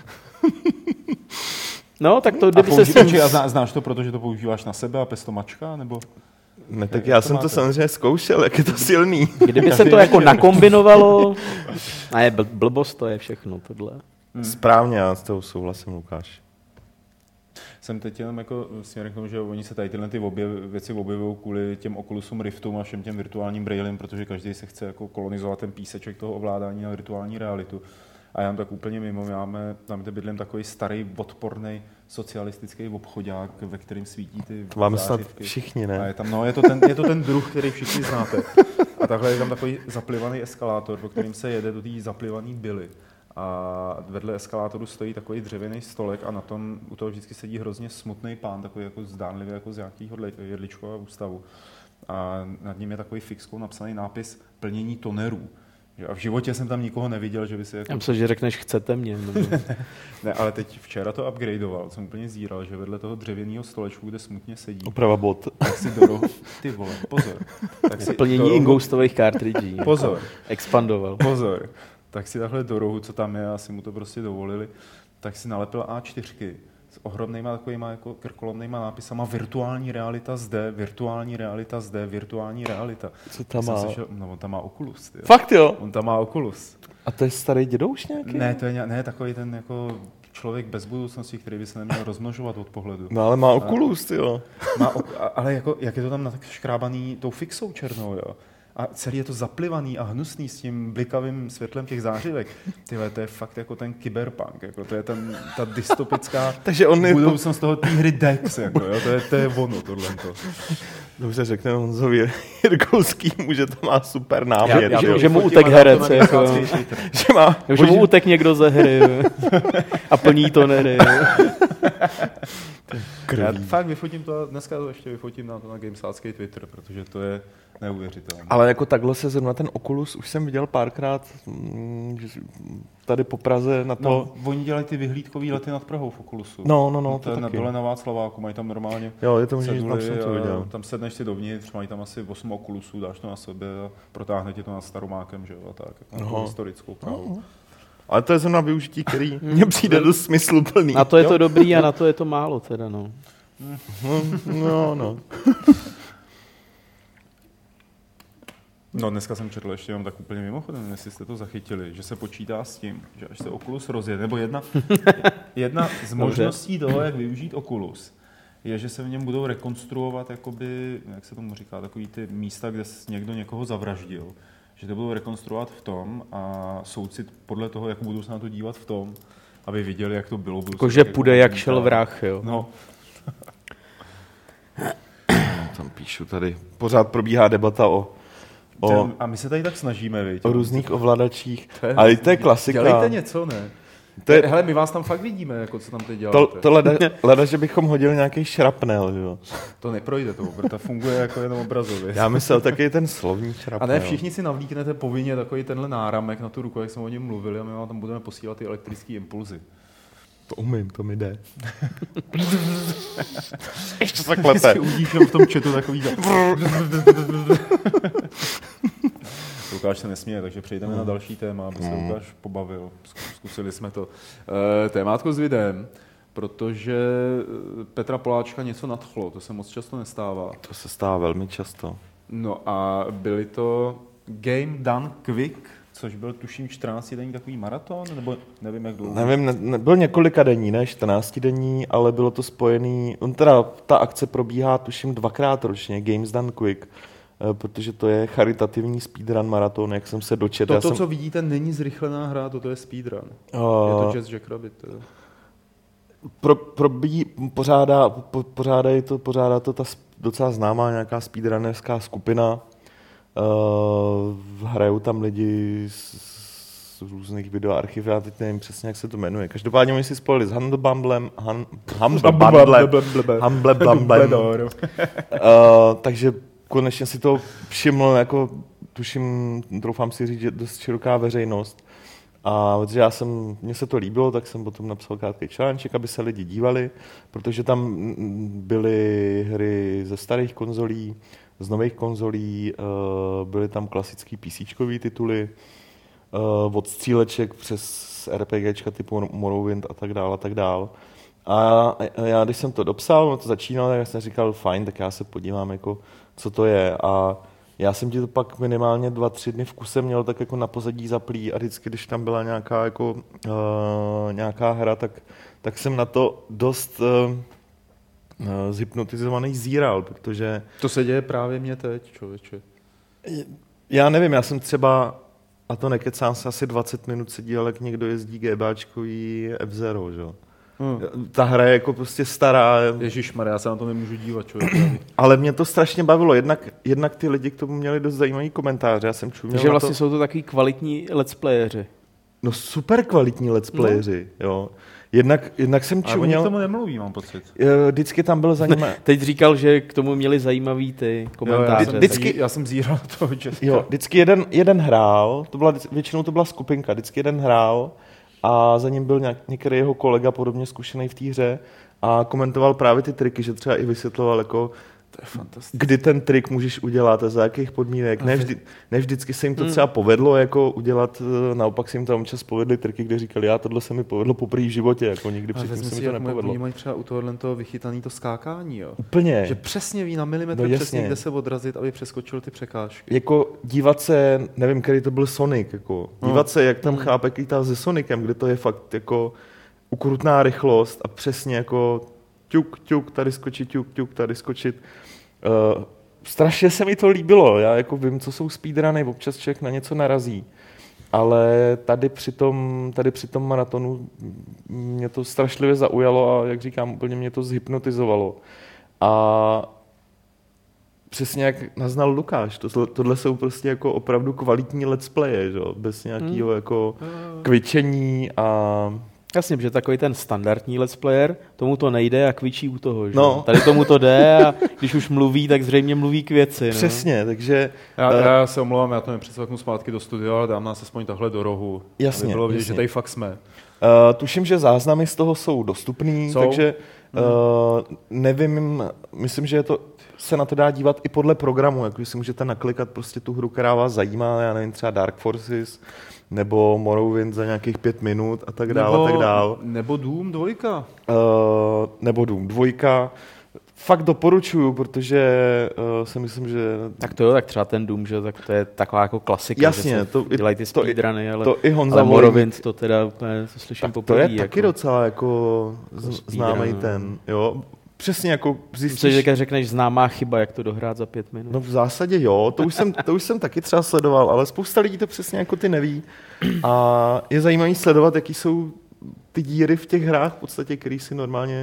No, tak to, kdyby použi- se s tím... A znáš to, protože to používáš na sebe a pes to mačka, nebo... Ne, tak já to jsem máte? to samozřejmě zkoušel, jak je to silný. Kdyby se to jako nakombinovalo, a je bl- blbost, to je všechno tohle. Hmm. Správně, já s toho souhlasím, Lukáš. Jsem teď jenom jako směrem k tomu, že oni se tady tyhle ty objev, věci objevují kvůli těm Oculusům Riftům a všem těm virtuálním brailím, protože každý se chce jako kolonizovat ten píseček toho ovládání na virtuální realitu. A já mám tak úplně mimo, máme, tam kde bydlím takový starý, odporný socialistický obchodák, ve kterém svítí ty to máme snad všichni, ne? A je tam, no, je to, ten, je to ten druh, který všichni znáte. A takhle je tam takový zaplivaný eskalátor, po kterým se jede do té zaplivaný byly. A vedle eskalátoru stojí takový dřevěný stolek a na tom u toho vždycky sedí hrozně smutný pán, takový jako zdánlivě jako z nějakého jedličkového ústavu. A nad ním je takový fixkou napsaný nápis plnění tonerů. A v životě jsem tam nikoho neviděl, že by si... Jako... Já myslím, že řekneš, chcete mě. Nebo... ne, ale teď včera to upgradeoval, jsem úplně zíral, že vedle toho dřevěného stolečku, kde smutně sedí... Oprava bot. Tak si do rohu... Ty vole, pozor. Tak si plnění rohu... ingoustových cartridží. Pozor. Expandoval. Pozor. Tak si takhle do rohu, co tam je, asi mu to prostě dovolili, tak si nalepil á čtyřky s ohromnýma takovýma jako krkolomnýma nápisama virtuální realita zde, virtuální realita zde, virtuální realita. Co tam má? Slyšel, no on tam má Oculus. Tyjo. Fakt jo? On tam má Oculus. A to je starý dědouš nějaký? Ne, to je ně, ne, takový ten jako člověk bez budoucnosti, který by se neměl rozmnožovat od pohledu. No ale má Oculus, jo. Má, ale jako, jak je to tam tak škrábaný tou fixou černou, jo. A celý je to zaplivaný a hnusný s tím blikavým světlem těch zářivek. Tyhle, to je fakt jako ten kyberpunk, jako to je ten, ta dystopická Takže on budoucnost toho té hry Dex, jako, jo, to je, to je ono, tohle. Dobře, řekne Honzovi Jirkovskýmu, že to má super námět. Já, já, že mu utek herec, jako, že, má, že mu utek někdo ze hry a plní to nery. Já fakt vyfotím to, dneska to ještě vyfotím na to na gamesácký Twitter, protože to je neuvěřitelné. Ale jako takhle se zrovna ten Oculus už jsem viděl párkrát tady po Praze na to... No, oni dělají ty vyhlídkový lety nad Prahou v Oculusu. No, no, no, no to, to je na taky. Dole na Václaváku, mají tam normálně jo, je to může ceduly, tam, to viděl. Tam sedneš si dovnitř, mají tam asi osm Oculusů, dáš to na sebe a protáhne tě to nad Staromákem, že jo, a tak, jako na historickou Prahu. No. Ale to je zrovna využití, který mně přijde dost smysluplný. Na to je to dobrý a na to je to málo teda, no. No, no. No dneska jsem četl ještě jenom tak úplně mimochodem, jestli jste to zachytili, že se počítá s tím, že až se Oculus rozjede, nebo jedna, jedna z možností toho, jak využít Oculus, je, že se v něm budou rekonstruovat, jakoby, jak se tomu říká, takový ty místa, kde někdo někoho zavraždil, že to budou rekonstruovat v tom a soudci podle toho, jak budou se na to dívat v tom, aby viděli, jak to bylo. Jakože půjde, jak šel vrah, jo. No. píšu tady. Pořád probíhá debata o, o, a my se tady tak snažíme, viď? o různých ovladačích. To je, ale to je klasika. Dělejte něco, ne? To je, hele, my vás tam fakt vidíme, jako co tam teď děláte. To, to leda, leda, že bychom hodili nějaký šrapnel, jo. To neprojde, to to funguje jako jenom obrazově. Já myslel taky ten slovní šrapnel. A ne, všichni si navlíknete povinně takový tenhle náramek na tu ruku, jak jsme o něm mluvili, a my vám tam budeme posílat ty elektrické impulzy. To umím, to mi jde. Ještě se klepe. Si udíš v tom chatu takový Lukáš se nesměje, takže přejdeme mm. na další téma, aby se mm. Lukáš pobavil. Zkusili jsme to. E, témátko s videem, protože Petra Poláčka něco nadchlo, to se moc často nestává. To se stává velmi často. No a byly to Game Done Quick, což byl tuším čtrnáctidenní takový maraton, nebo nevím jak dlouho. Nevím, ne, ne, byl několika denní, ne čtrnáctidenní, ale bylo to spojený, on teda ta akce probíhá tuším dvakrát ročně, Games Done Quick, protože to je charitativní speedrun maraton, jak jsem se dočetl. Toto, jsem... co vidíte, není zrychlená hra, toto je speedrun. Uh... Je to Jazz Jackrabbit. Teda. Pro, probí, pořádá, po, pořádá, to, pořádá to ta docela známá nějaká speedrunnerská skupina. Uh, hrajou tam lidi z, z různých videoarchiv, já teď nevím přesně, jak se to jmenuje. Každopádně oni si spojili s Humble Bumblem, Humble Bumblem, Humble Bumblem. Takže konečně si to všiml, jako tuším, doufám si říct, že dost široká veřejnost. A protože já jsem, mně se to líbilo, tak jsem potom napsal krátký článček, aby se lidi dívali, protože tam byly hry ze starých konzolí, z nových konzolí, byly tam klasický PCčkový tituly, od stříleček přes RPGčka typu Morrowind a tak dál a tak dál. A já, když jsem to dopsal, no to začínalo, tak jsem říkal, fajn, tak já se podívám, jako, co to je. A já jsem ti to pak minimálně dva, tři dny v kuse měl tak jako na pozadí zaplý a vždycky, když tam byla nějaká, jako, uh, nějaká hra, tak, tak jsem na to dost uh, zhypnotizovaný zíral, protože... To se děje právě mě teď, člověče. Já nevím, já jsem třeba, a to nekecám se, asi dvacet minut seděl, jak někdo jezdí GBáčkový F-Zero, že? Hmm. Ta hra je jako prostě stará. Ježišmarja, já se na to nemůžu dívat, člověk. Ale mě to strašně bavilo. Jednak, jednak ty lidi k tomu měli dost zajímavý komentáře. Já jsem čuměl Takže vlastně to... jsou to takový kvalitní let's playeři. No super kvalitní let's playeři, no. Jo. Jednak, jednak jsem čuměl... Ale oni k tomu nemluví, mám pocit. Vždycky tam byl zajímavý... Teď říkal, že k tomu měli zajímavý ty komentáře. Jo, já, jsem, vždycky... já jsem zíral toho Česka. Jo, vždycky jeden, jeden hrál, to byla, většinou to byla skupinka, vždycky jeden hrál a za ním byl nějak, některý jeho kolega podobně zkušený v té hře a komentoval právě ty triky, že třeba i vysvětloval, jako, to je fantastické. Kdy ten trik můžeš udělat a za jakých podmínek. Ne, vždy, ne vždycky se jim to třeba povedlo jako udělat, naopak se jim tam občas povedly triky, kde říkali, já tohle se mi povedlo poprvé v životě, jako nikdy předtím se mi to nepovedlo. Oni mají třeba u tohohle toho vychytaný to skákání, jo. Úplně. Že přesně ví na milimetr no, přesně, kde se odrazit, aby přeskočil ty překážky. Jako dívat se, nevím, který to byl Sonic, jako dívat no. se, jak tam chápe kýtá se Sonicem, kde to je fakt jako ukrutná rychlost a přesně jako ťuk, ťuk, tady skočit, ťuk, ťuk, tady skočit. Uh, strašně se mi to líbilo, já jako vím, co jsou speedruny, občas člověk na něco narazí, ale tady při tom, tady při tom maratonu mě to strašlivě zaujalo a jak říkám, úplně mě to zhypnotizovalo. A přesně jak naznal Lukáš, to, tohle jsou prostě jako opravdu kvalitní let's playe, že? Bez nějakého hmm. jako kvičení a... Jasně, že takový ten standardní let's player, tomu to nejde a kvičí u toho, že? No. Tady tomu to jde a když už mluví, tak zřejmě mluví k věci. Přesně, no? takže... Já, uh, já se omlouvám, já to nepředstavím zpátky do studia, ale dám nás aspoň takhle do rohu. Jasně, bylo vidět, jasně. že tady fakt jsme. Uh, tuším, že záznamy z toho jsou dostupný, jsou? takže uh, nevím, myslím, že je to, se na to dá dívat i podle programu, jako si můžete naklikat prostě tu hru, která vás zajímá, já nevím, třeba Dark Forces, nebo Morrowind za nějakých pět minut a tak dále, a tak dále. Nebo Doom dvojka. Uh, nebo Doom dvojka. Fakt doporučuju, protože uh, si myslím, že... Tak to jo, tak třeba ten Doom, že tak to je taková jako klasika, jasně, že se to, dělají ty speedruny, ale, to i Honza ale Morrowind to teda úplně to slyším poprvé. To je jako, taky docela jako známý ten, jo. Přesně jako zjistíš... Což řekneš známá chyba, jak to dohrát za pět minut. No v zásadě jo, to už jsem, to už jsem taky třeba sledoval, ale spousta lidí to přesně jako ty neví. A je zajímavý sledovat, jaký jsou ty díry v těch hrách, v podstatě, který si normálně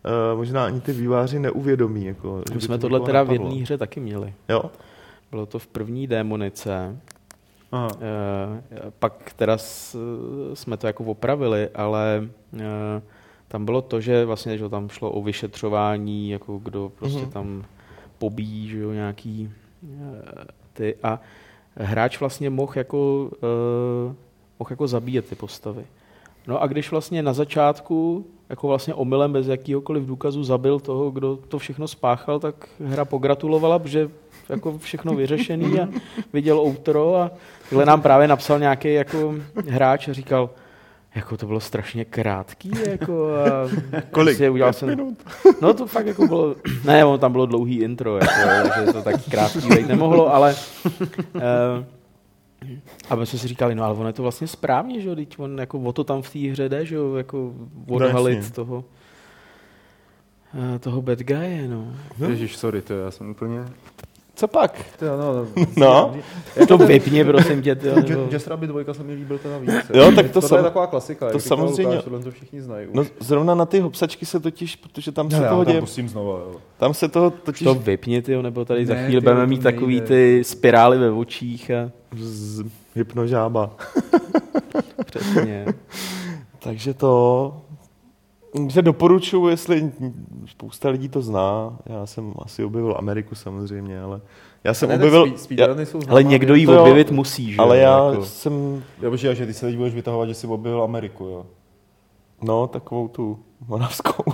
uh, možná ani ty výváři neuvědomí. Jako, My jsme tohle teda napadlo. V jedné hře taky měli. Jo? Bylo to v první démonice. Aha. Uh, pak teda s, jsme to jako opravili, ale uh, tam bylo to, že vlastně že tam šlo o vyšetřování, jako kdo prostě mm-hmm. tam pobíjí, že jo, nějaký uh, ty a hráč vlastně mohl jako, uh, mohl jako zabíjet ty postavy. No a když vlastně na začátku jako vlastně omylem bez jakýhokoliv důkazu zabil toho, kdo to všechno spáchal, tak hra pogratulovala, že jako všechno vyřešený a viděl outro a takhle nám právě napsal nějaký jako hráč a říkal, jako to bylo strašně krátký, jako a kolik? Udělal jsem, minut? No to fakt jako bylo, ne, on tam bylo dlouhý intro, jako, takže to tak krátký být nemohlo, ale uh, a my jsme si říkali, no ale ono je to vlastně správně, že jo, teď on jako o to tam v té hře jde, že jo, jako odhalit toho uh, toho bad guye, no. Ježiš, sorry, to já jsem úplně... Co pak? To, no, no. no. To vypni, prosím tě. Jazz Rabbit dva se mi líbil teda víc. Jo, tak to, sam... je taková klasika. To samozřejmě. Tohle to všichni znají. No, zrovna na ty hopsačky se totiž, protože tam se no, toho děje. Tam pustím znova, jo. Tam se toho totiž... To vypni, tyjo, nebo tady ne, za chvíli budeme mít takový ty spirály ve očích a... Z hypnožába. Přesně. Takže to... že doporučuji, jestli spousta lidí to zná. Já jsem asi objevil Ameriku samozřejmě, ale já jsem ne, objevil... Speed, já, ale někdo ji objevit musí, že? Ale já jako. jsem... Já bože, že ty se teď budeš vytahovat, že jsi objevil Ameriku, jo? No, takovou tu moravskou.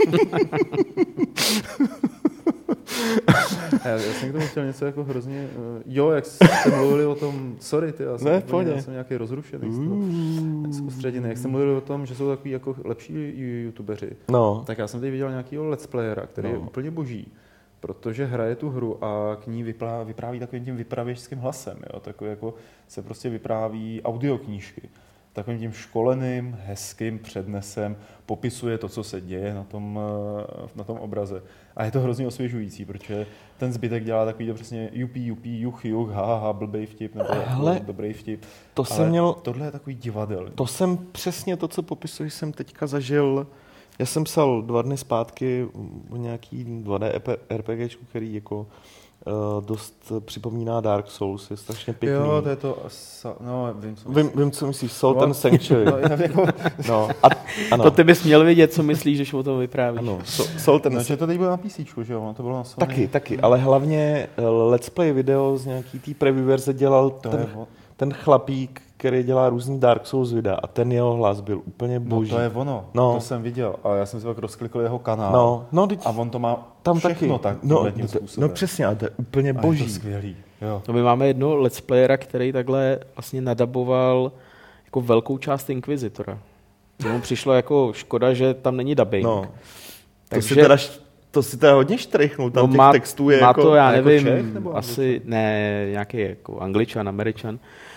já, já jsem k tomu chtěl něco jako hrozně... Uh, jo, jak jste mluvili o tom... Sorry, ty, já jsem, ne, úplně, já jsem nějaký rozrušený z toho. Soustředěný. Jak jste mluvili o tom, že jsou takový jako lepší youtubeři, no. tak já jsem tady viděl nějakýho let's playera, který no. je úplně boží. Protože hraje tu hru a k ní vypráví, vypráví takovým tím vypravěčským hlasem. Jo? Takový jako se prostě vypráví audioknížky. Takovým tím školeným, hezkým přednesem popisuje to, co se děje na tom, na tom obraze. A je to hrozně osvěžující, protože ten zbytek dělá takový to přesně jupi, jupi, juch, juch, ha, ha, blbej vtip, nebo Hele, dobrý vtip. To Ale jsem měl, tohle je takový divadelní. To jsem přesně to, co popisuji, jsem teďka zažil. Já jsem psal dva dny zpátky o nějaký dva dé RPGčku, který jako uh, dost připomíná Dark Souls, je strašně pěkný. Jo, to je to, no, vím, co myslíš. Vím, vím, co myslíš, Salt and Sanctuary. No, jako... no, a, ano. To ty bys měl vědět, co myslíš, když o tom vyprávíš. Ano, so, Salt and... No, že to teď bylo na PCčku, že jo, to bylo na Sony. Taky, taky, ale hlavně let's play video z nějaký té preview verze dělal to ten, je... ten chlapík, který dělá různý Dark Souls videa a ten jeho hlas byl úplně boží. No to je ono, no. To jsem viděl a já jsem si pak rozklikl jeho kanál no, no, a on to má tam všechno taky. tak no, tím způsobem. No přesně, a to je úplně a boží. Je to skvělý. Jo. No my máme jedno let's playera, který takhle vlastně nadaboval jako velkou část Inquisitora. Tomu přišlo jako škoda, že tam není dubbing. No. Takže... To si teda to si teda hodně štrejchnul, tam no těch má, textů je má jako... to, já jako nevím, Čech, nebo asi, Angličan? ne, nějaký jako Angličan, Američan.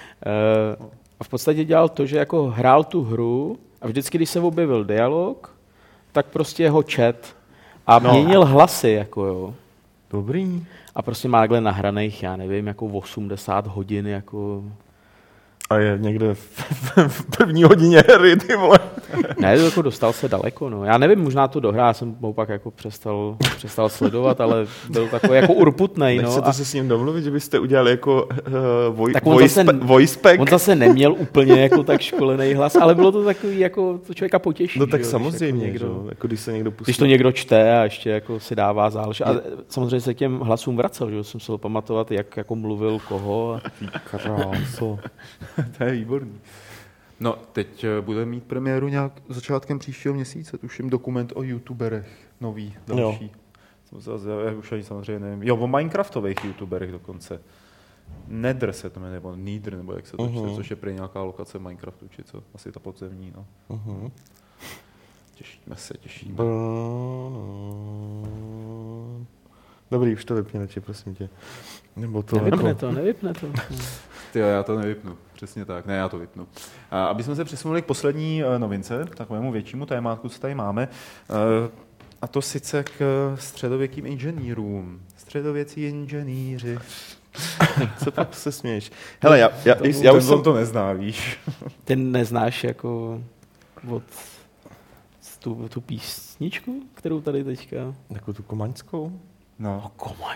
Uh, a v podstatě dělal to, že jako hrál tu hru a vždycky, když se objevil dialog, tak prostě ho čet a no. měnil hlasy, jako jo. Dobrý. A prostě má takhle nahraných, já nevím, jako osmdesát hodin, jako... A je někde v, v, v první hodině hry, ty vole. Ne, to jako dostal se daleko, no. Já nevím, možná to dohrá, já jsem mu pak jako přestal, přestal sledovat, ale byl takový jako urputnej, no. Nechcete a... se s ním domluvit, že byste udělali jako uh, voj, tak voice, zase, voice pack? On zase neměl úplně jako tak školený hlas, ale bylo to takový, jako to člověka potěší. No tak jo, samozřejmě, když, jako někdo, jako když se někdo pustí. Když to někdo čte a ještě jako si dává záležet. A samozřejmě se k těm hlasům vracel, že jsem se pamatovat, jak jako mluvil koho. A... Kráso. To je výborný. No, teď bude mít premiéru nějak začátkem příštího měsíce, tuším dokument o youtuberech, nový, další. Já už ani samozřejmě nevím. Jo, o minecraftových youtuberech dokonce. Nether se to jmenuje, nebo Nether, nebo jak se to uh-huh. čte, což je prý nějaká lokace Minecraftu, či co, asi ta podzemní, no. Uh-huh. Těšíme se, těšíme. Dobrý, už to vypni, neči, prosím tě. Nebo to nevypne jako... to, nevypne to. Tyjo, já to nevypnu, přesně tak, ne, já to vypnu. A aby jsme se přesunuli k poslední novince, takovému většímu témátku, co tady máme, a to sice k středověkým inženýrům. Středověcí inženýři. Co pak se směješ? Hele, já, já, ten, já ten už jsem... to nezná, víš. Ten neznáš jako od tu, tu písničku, kterou tady teďka... Jako tu komaňskou? No. No, Komaň.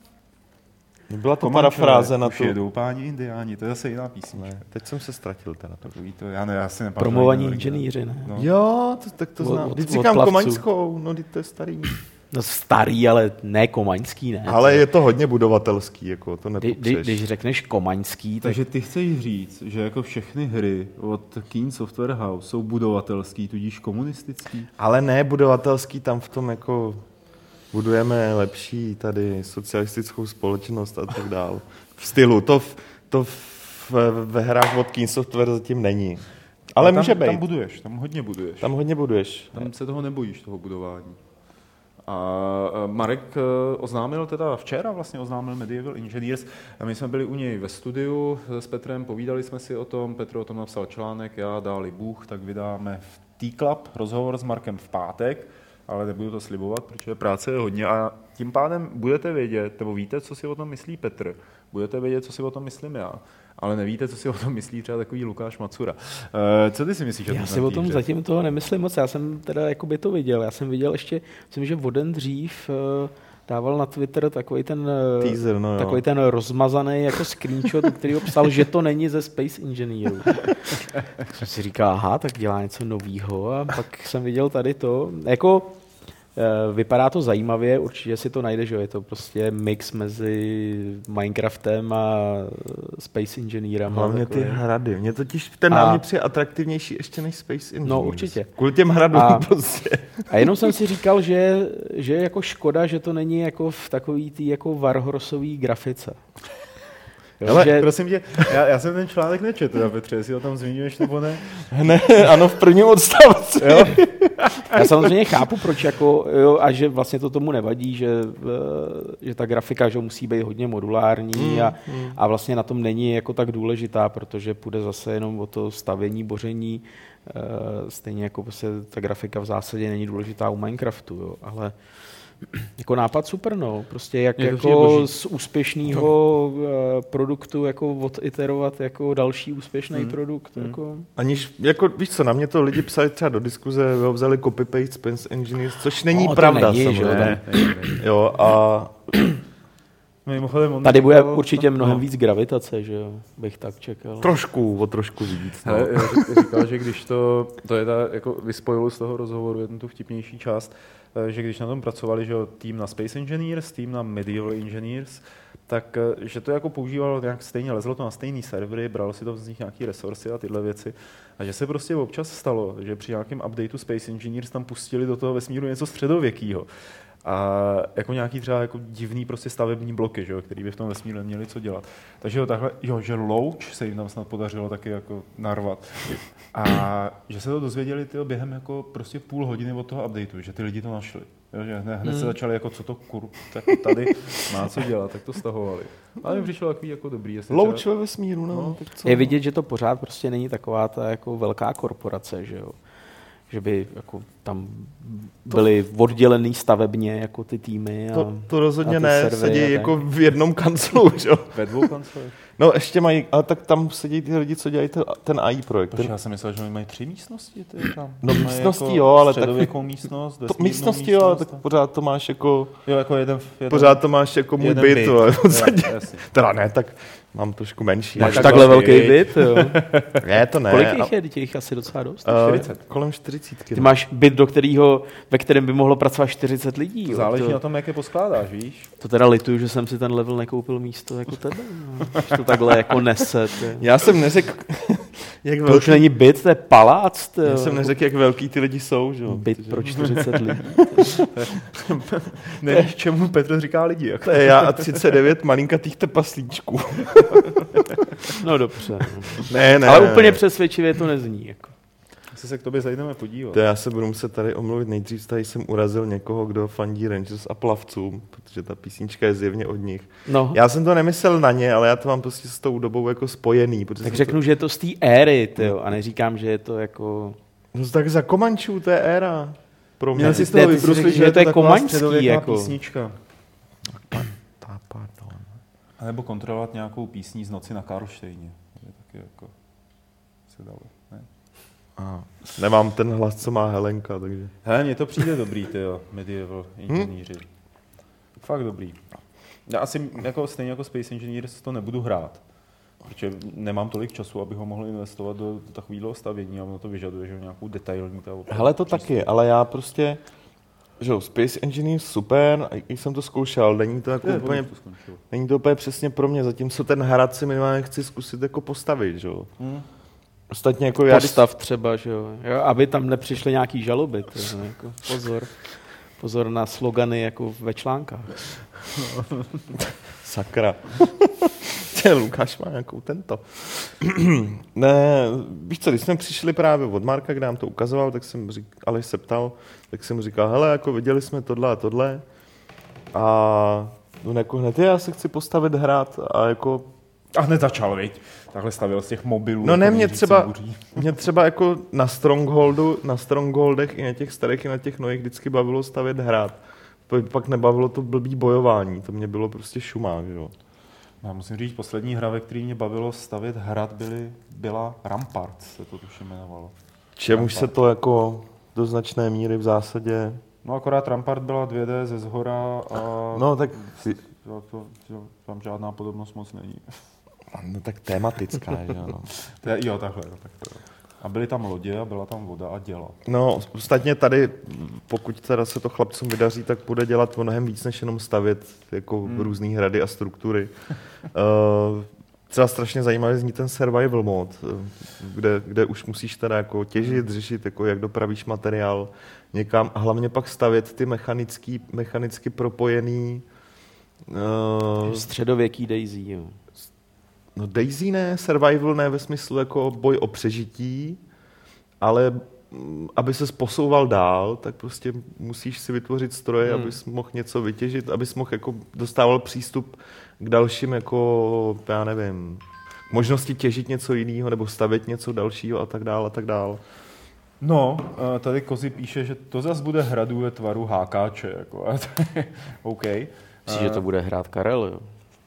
Byla to Komančové, parafráze na už tu... jedou páni indiáni, to je zase jiná písnička. Ne, teď jsem se ztratil teda. Takový to, já ne, já si nepamatuji. Promovaní inženýři, ne? No. Jo, to, tak to Od- znám. od- Teď od říkám plavců. komaňskou, no teď to je starý. No starý, ale ne komaňský, ne. Ale je to hodně budovatelský, jako to Kdy, kdy, nepopřeš. když řekneš komaňský, tak Takže ty chceš říct, že jako všechny hry od Keen Software House jsou budovatelský, tudíž komunistický? Ale ne budovatelský, tam v tom jako budujeme lepší tady socialistickou společnost a tak dál. V stylu, to, v, to v, ve hrách od Keen Software zatím není. Ale tam, může být. Tam buduješ, tam hodně buduješ. Tam hodně buduješ. Tam se toho nebojíš, toho budování. A Marek oznámil teda včera, vlastně oznámil Medieval Engineers. A my jsme byli u něj ve studiu s Petrem, povídali jsme si o tom, Petr o tom napsal článek, já dáli Bůh, tak vydáme v T-Club rozhovor s Markem v pátek, ale nebudu to slibovat, protože práce je hodně a tím pádem budete vědět, nebo víte, co si o tom myslí Petr, budete vědět, co si o tom myslím já, ale nevíte, co si o tom myslí třeba takový Lukáš Macura. E, co ty si myslíš? já si o tom zatím toho nemyslím moc. Já jsem teda jakoby to viděl. Já jsem viděl ještě, myslím, že o den dřív uh, dával na Twitter takový ten, Teaser, no takový ten rozmazaný jako screenshot, který psal, že to není ze Space Engineerů. Tak jsem si říkal, aha, tak dělá něco novýho a pak jsem viděl tady to. Jako vypadá to zajímavě, určitě si to najde, že je to prostě mix mezi Minecraftem a Space Engineerem. Hlavně ty hrady. Mě totiž ten A- námět přijde atraktivnější ještě než Space Engineers. No, určitě. Kvůli těm hradům A- prostě. A jenom jsem si říkal, že, že je jako škoda, že to není jako v takový tý jako Warhorsový grafice. Jo, Ale že, Prosím tě, já, já jsem ten článek nečetl, já Petře, jestli ho tam zmiňuješ nebo ne. Ne, ano, v prvním odstavci. jo, já samozřejmě chápu, proč jako, jo, a že vlastně to tomu nevadí, že, eh, že ta grafika že musí být hodně modulární a, a vlastně na tom není jako tak důležitá, protože půjde zase jenom o to stavění, boření, eh, stejně jako prostě ta grafika v zásadě není důležitá u Minecraftu, jo, ale jako nápad super, no. Prostě jak Mně to přijde jako boží. z úspěšného uh, produktu jako oditerovat jako další úspěšný Hmm. produkt. Hmm. Jako. Aniž, jako, víš co, na mě to lidi psali třeba do diskuze, jo, vzali copy-paste Space Engineers, což není No, to pravda. není, že jo, samozřejmě. Ne, ne, ne. Jo, a Mimochodem, on Tady bude říkal- určitě mnohem no. víc gravitace, že jo, bych tak čekal. trošku, o trošku víc. No. Hele, ř- říkal, že když to, to je ta, jako vyspojilo z toho rozhovoru, je tu vtipnější část, eh, že když na tom pracovali, že jo, tým na Space Engineers, tým na Medieval Engineers, tak eh, že to jako používalo nějak stejně, lezlo to na stejný servery, bralo si to z nich nějaký resursy a tyhle věci. A že se prostě občas stalo, že při nějakém updateu Space Engineers tam pustili do toho vesmíru něco středověkýho. A jako nějaký třeba jako divný prostě stavební bloky, že jo, který by v tom vesmíru neměli co dělat. Takže jo, takhle, jo, že louč se jim tam snad podařilo taky jako narvat. A že se to dozvěděli tyjo, během jako prostě půl hodiny od toho updateu, že ty lidi to našli. Jo, že hned, hned Hmm. se začali jako co to kur, jako tady má co dělat, tak to stahovali. Ale mi přišlo takový jako dobrý. jestli Louč třeba- ve vesmíru, no. No. Tak co? Je vidět, že to pořád prostě není taková ta jako velká korporace, že jo. Že by jako tam byly oddělený stavebně jako ty týmy. A, To, to rozhodně a ty ne, servery sedí a tak. jako v jednom kanclu, že jo. Ve dvou kancelích. No ještě mají, ale tak tam sedí ty lidi, co dělají ten, ten á í projekt. Protože Ten, já jsem myslel, že oni mají tři místnosti. Ty, tam. No, Mají místnosti jako jo, ale tak- středověkou místnost, to, vesmírnou místnosti jo, ale místnost tak a- pořád to máš jako, Jo, jako jeden, jeden pořád to máš jako můj jeden byt, byt. vole, v podstatě. Jo, jasně. Teda ne, tak mám trošku menší. Máš tak takhle velký velký byt. byt, jo. Ne, to ne. Kolik a- jich je? Těch jich asi docela dost. eh, čtyřicet. Kolem čtyřicítky. Ty máš byt, do kterého, ve kterém by mohlo pracovat čtyřicet lidí. To Jo. záleží to, na tom, jak je poskládáš, víš? to teda lituju, že jsem si ten level nekoupil místo jako tebe. No. Že to takhle jako nese. ty. Já jsem neřekl, jak To už velký, není byt, to je palác. ty, já jo. jsem neřekl, jak velký ty lidi jsou, že jo. Byt protože- pro čtyřicet lidí. Nevíš, čemu Petr říká lidi. Jako. To je já a třicet devět malinkatých trpaslíčků. No dobře. No. Ne, ne. Ale ne, úplně ne. přesvědčivě to nezní. Jako. Asi se k tobě zajdeme podívat. To já se budu muset tady omluvit. Nejdřív tady jsem urazil někoho, kdo fandí Rangers a plavcům, protože ta písnička je zjevně od nich. No, Já jsem to nemyslel na ně, ale já to mám prostě s tou dobou jako spojený. Protože tak jsem řeknu, že je to z té éry, tyjo, a neříkám, že je to jako... To... No tak za Komančů, to je éra. Pro mě. Měl jsi z Ne, toho ty jsi vybruslit, řekl, že že je to je to taková komaňský, středověká jako. písnička. Ta, pardon. A nebo kontrolovat nějakou písní z noci na Karlštejně. To je taky jako se dalo, ne? A, Nemám ten hlas, co má Helenka, takže... Hele, mně to přijde dobrý, tyjo, medieval inženýři. Hmm? Fakt dobrý. Já asi jako, stejně jako Space Engineers to nebudu hrát, protože nemám tolik času, abych ho mohl investovat do, do takového stavění a ono to vyžaduje, že nějakou detailní... Hele, to přístup. Taky, ale já prostě... Že jo, Space Engineers super, i jsem to zkoušel, není to jako je, úplně, to není to úplně přesně pro mě, zatímco ten hrad si minimálně chci zkusit jako postavit, že jo. Hmm. Ostatně jako já... Postav třeba, že jo, jo, aby tam nepřišly nějaký žaloby, to je, jako pozor, pozor na slogany jako ve článkách. Sakra. Lukáš má nějakou tento. Ne, víš co, když jsme přišli právě od Marka, kde nám to ukazoval, tak jsem řík, Aleš se ptal, tak jsem říkal, hele, jako viděli jsme tohle a tohle a no jako hned, já se chci postavit hrát a jako... A hned začal, viď? Takhle stavil z těch mobilů. No ne, mě třeba, mě třeba jako na Strongholdu, na Strongholdech i na těch starých, i na těch nových vždycky bavilo stavět hrát. Pak nebavilo to blbý bojování, to mě bylo prostě šumák, jo. Já musím říct, poslední hra, ve který mě bavilo stavět hrad, byly, byla Rampart, se to tuším jmenovalo. Čemuž se to jako do značné míry v zásadě... No akorát Rampart byla dvě dé ze zhora a... No tak... To, to, to, tam žádná podobnost moc není. No tak tematická, že ano. Jo, takhle, no, tak to. A byly tam lodě a byla tam voda a děla. No, ostatně tady, pokud teda se to chlapcům vydaří, tak bude dělat mnohem víc, než jenom stavět jako hmm. různý hrady a struktury. uh, třeba strašně zajímavý zní ten survival mod, kde, kde už musíš teda jako těžit, řešit, jako jak dopravíš materiál někam a hlavně pak stavět ty mechanický, mechanicky propojený... Uh, Středověký Daisy, jo. No Daisy ne, survival ne ve smyslu jako boj o přežití, ale aby ses posouval dál, tak prostě musíš si vytvořit stroje, hmm. abys mohl něco vytěžit, abys mohl jako dostával přístup k dalším jako, já nevím, možnosti těžit něco jiného nebo stavět něco dalšího a tak dál a tak dál. No, tady Kozy píše, že to zas bude hradu ve tvaru hákáče, jako, OK. Myslíš, že to bude hrát Karel, jo?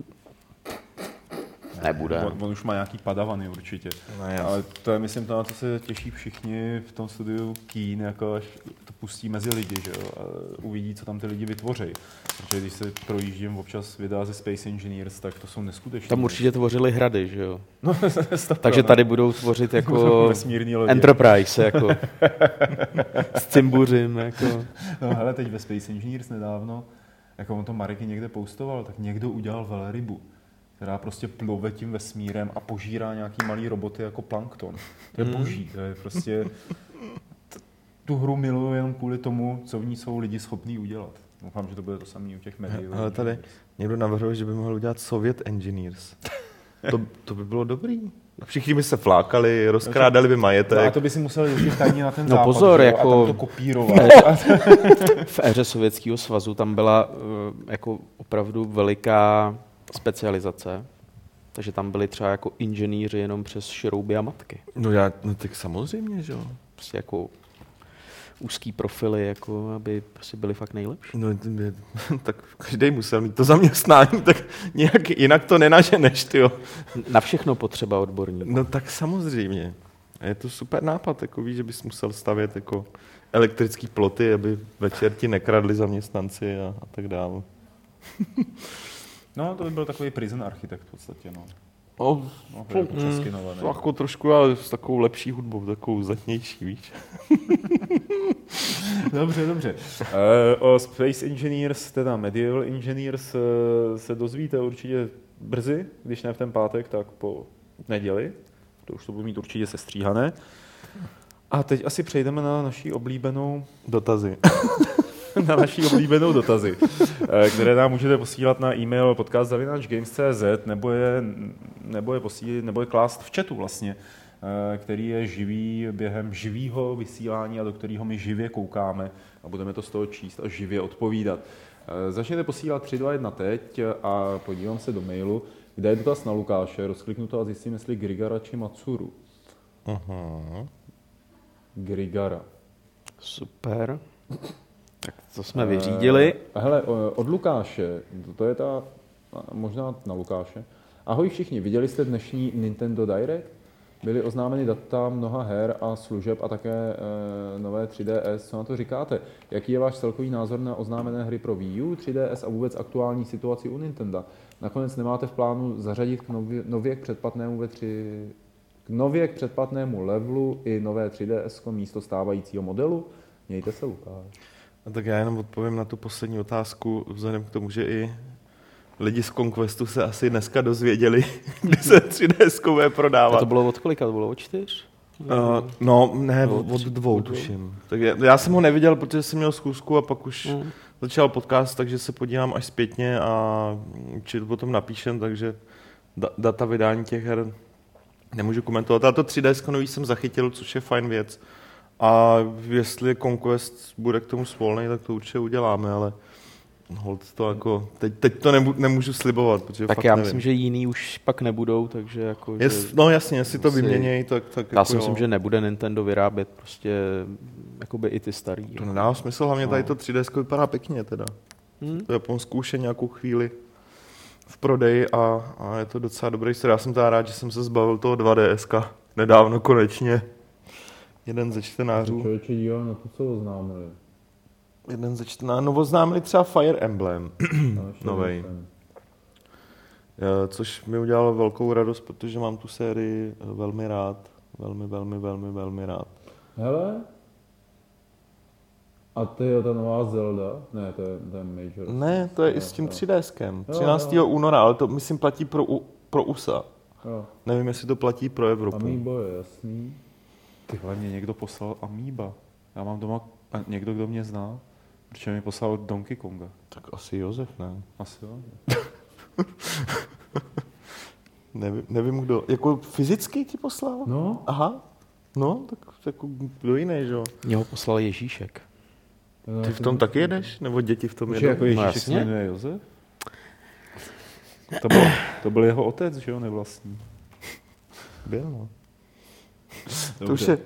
Nebude. On, on už má nějaký padavany určitě. No, ale to je, myslím, to, na to se těší všichni v tom studiu Keen, jako až to pustí mezi lidi, že jo, a uvidí, co tam ty lidi vytvoří. Protože když se projíždím občas videa ze Space Engineers, tak to jsou neskutečné. Tam určitě tvořili hrady, že jo? No, takže tady budou tvořit jako Enterprise, jako s cimbuřím, jako. No hele, teď ve Space Engineers nedávno, jako on to Marek někde postoval, tak někdo udělal velrybu, která prostě plove tím vesmírem a požírá nějaký malý roboty jako plankton. To je mm. boží, to je prostě... T- tu hru miluju jenom kvůli tomu, co v ní jsou lidi schopní udělat. Doufám, že to bude to samé u těch médií. Ale tady někdo navrhuje, že by mohl udělat Soviet Engineers. To, to by bylo dobrý. Všichni by se flákali, rozkrádali by majetek. No a to by si musel jezdit tajně na ten no západ, pozor, jako... a tam to kopírovat. V éře Sovětského svazu tam byla jako opravdu veliká specializace, takže tam byli třeba jako inženýři jenom přes šrouby a matky. No já, no tak samozřejmě, že jo. Prostě jako úzký profily, jako aby prostě byli fakt nejlepší. No tak každý musel mít to zaměstnání, tak nějak jinak to nenaženeš, tyjo. Na všechno potřeba odborník. No tak samozřejmě. Je to super nápad, jako víš, že bys musel stavět jako elektrický ploty, aby večer ti nekradli zaměstnanci a, a tak dále. No, to by byl takový prison architekt v podstatě, no. No, no to, mm, jako trošku, ale s takovou lepší hudbou, takovou zatnější, víš. Dobře, dobře. Uh, o Space Engineers, teda Medieval Engineers, uh, se dozvíte určitě brzy, když ne v ten pátek, tak po neděli. To už to budu mít určitě sestříhané. A teď asi přejdeme na naší oblíbenou... Dotazy. na naší oblíbenou dotazy, které nám můžete posílat na e-mail podcast zavináč games tečka cz nebo je, nebo je posílat, nebo je klást v chatu vlastně, který je živý během živého vysílání a do kterého my živě koukáme a budeme to z toho číst a živě odpovídat. Začněte posílat tři, dva, jedna teď a podívám se do mailu, kde je dotaz na Lukáše, rozkliknu to a zjistím, jestli Grigara či Matsuru. Aha. Grigara. Super. Tak to jsme vyřídili. Uh, hele, od Lukáše, to je ta, možná na Lukáše. Ahoj všichni, viděli jste dnešní Nintendo Direct? byly oznámeny data mnoha her a služeb a také e, nové tři D S. Co na to říkáte? Jaký je váš celkový názor na oznámené hry pro Wii U, tři D S a vůbec aktuální situaci u Nintendo? Nakonec nemáte v plánu zařadit k nově, nově k předplatnému ve tři, k nově k předplatnému levelu i nové tři D S místo stávajícího modelu? Mějte se, Lukáš. A tak já jenom odpovím na tu poslední otázku, vzhledem k tomu, že i lidi z Conquestu se asi dneska dozvěděli, kdy se tři D S bude prodávat. A to bylo od kolika? To bylo od čtyř? Uh, no, ne, od, od dvou od tuším. Tak já, já jsem ho neviděl, protože jsem měl schůzku a pak už mm. začal podcast, takže se podívám až zpětně a či to potom napíšem, takže da, data vydání těch her nemůžu komentovat. A to tři D S nový jsem zachytil, což je fajn věc. A jestli Conquest bude k tomu svolný, tak to určitě uděláme, ale hold to jako, teď, teď to nemů, nemůžu slibovat, protože tak fakt já nevím. myslím, že jiný už pak nebudou, takže jako... Jest, že no jasně, jestli to si, vyměnějí, tak, tak já jako si myslím, jo. že nebude Nintendo vyrábět prostě jakoby i ty starý. To nedává smysl, hlavně no. tady to tři D S vypadá pěkně teda. Hmm? To Japonsku už je nějakou chvíli v prodeji a, a je to docela dobrý story. Já jsem teda rád, že jsem se zbavil toho dva D S ka nedávno konečně. Jeden ze čtenářů. Člověče díval na to, co oznámili. Jeden ze čtenářů. No oznámili třeba Fire Emblem. Novej. Což mi udělalo velkou radost, protože mám tu sérii velmi rád. Velmi, velmi, velmi, velmi rád. Hele. A to je ta nová Zelda? Ne, to je, to je Major. Ne, to je jo, i s tím jo. tři D S kem. Jo, třináctého jo. února, ale to myslím platí pro, pro U S A. Jo. Nevím, jestli to platí pro Evropu. Amiibo je jasný. Tyhle mě někdo poslal Amiiba. Já mám doma a někdo, kdo mě zná. Protože mi poslal Donkey Konga. Tak asi Josef, ne? Asi jo. nevím, nevím, kdo. Jako fyzicky ti poslal? No. Aha. No, tak jako kdo jiný, že jo? Mě ho poslal Ježíšek. Ty v tom taky jedeš? Nebo děti v tom Že jedou? jako Ježíšek No, se jmenuje Josef? To byl, to byl jeho otec, že jo, nevlastní. Byl, no. To Dobře. už je...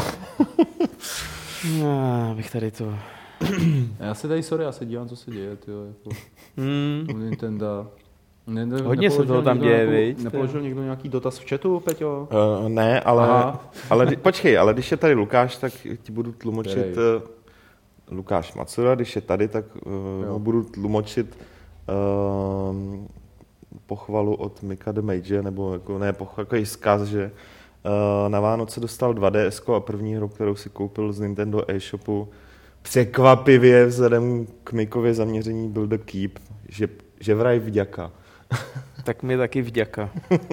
No, abych tady to... Já se tady, sorry, já se dívám, co se děje, tyjo, jako Hmm. u Nintendo. Ne, ne, Hodně se toho tam někdo děje, nějakou- viď? Nepoložil někdo nějaký dotaz v chatu, Peťo? Uh, ne, ale, Aha. ale di- počkej, ale když je tady Lukáš, tak ti budu tlumočit... Který? Uh, Lukáš Macura, když je tady, tak uh, mu budu tlumočit uh, pochvalu od Mika the Mage, nebo jako, ne, pochval, jako vzkaz, že uh, na Vánoce dostal dva D S ko a první hru, kterou si koupil z Nintendo e-shopu, překvapivě vzhledem k Mikově zaměření byl The Keep, že, že vraj vďaka. Tak mi taky vďaka.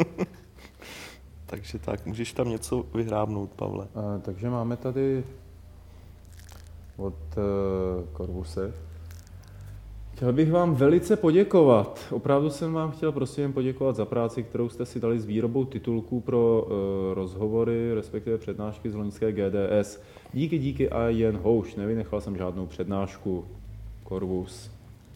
Takže tak, můžeš tam něco vyhrábnout, Pavle. A, takže máme tady od uh, Corvuse. Chtěl bych vám velice poděkovat. Opravdu jsem vám chtěl prostě jen poděkovat za práci, kterou jste si dali s výrobou titulků pro uh, rozhovory, respektive přednášky z loňské G D S. Díky, díky a jen houš. Nevynechal jsem žádnou přednášku. Corvus.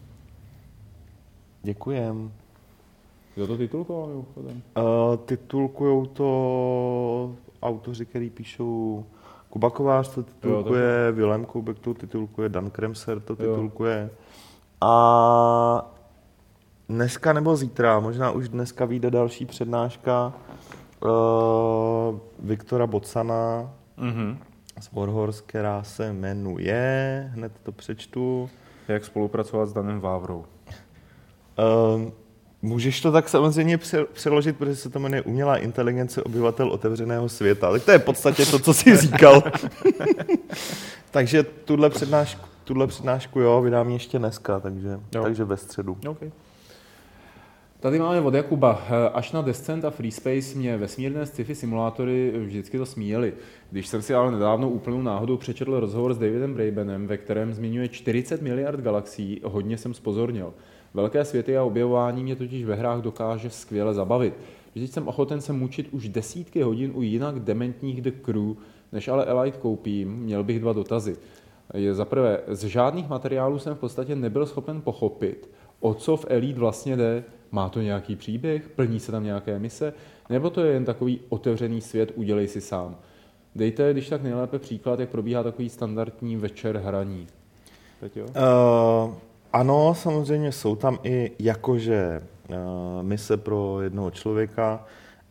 Děkujem. Kdo to titulkoval mimochodem? Uh, titulkujou to autoři, který píšou Kuba Kovář, to titulkuje, jo, Vilém Koubek to titulkuje, Dan Kremser to titulkuje. A dneska nebo zítra, možná už dneska vyjde další přednáška uh, Viktora Bocana Mm-hmm. z Warhorse, která se jmenuje, hned to přečtu. Jak spolupracovat s Danem Vávrou. Uh, můžeš to tak samozřejmě přeložit, protože se to jmenuje Umělá inteligence obyvatel otevřeného světa. Tak to je v podstatě to, co jsi říkal. Takže tuhle přednášku, tuhle přednášku jo, vydám ještě dneska, takže, takže ve středu. Okay. Tady máme od Jakuba. Až na Descent a Free Space mě vesmírné sci-fi simulátory vždycky to smíjeli. Když jsem si ale nedávno úplnou náhodou přečetl rozhovor s Davidem Brabenem, ve kterém zmiňuje čtyřicet miliard galaxií, hodně jsem zpozornil. Velké světy a objevování mě totiž ve hrách dokáže skvěle zabavit. Vždyť jsem ochoten se mučit už desítky hodin u jinak dementních The Crew, než ale Elite koupím, měl bych dva dotazy. Je za prvé, z žádných materiálů jsem v podstatě nebyl schopen pochopit, o co v Elite vlastně jde. Má to nějaký příběh? Plní se tam nějaké mise? Nebo to je jen takový otevřený svět, udělej si sám? Dejte, když tak nejlépe příklad, jak probíhá takový standardní večer hraní. Teď jo? Uh, ano, samozřejmě jsou tam i jakože uh, mise pro jednoho člověka,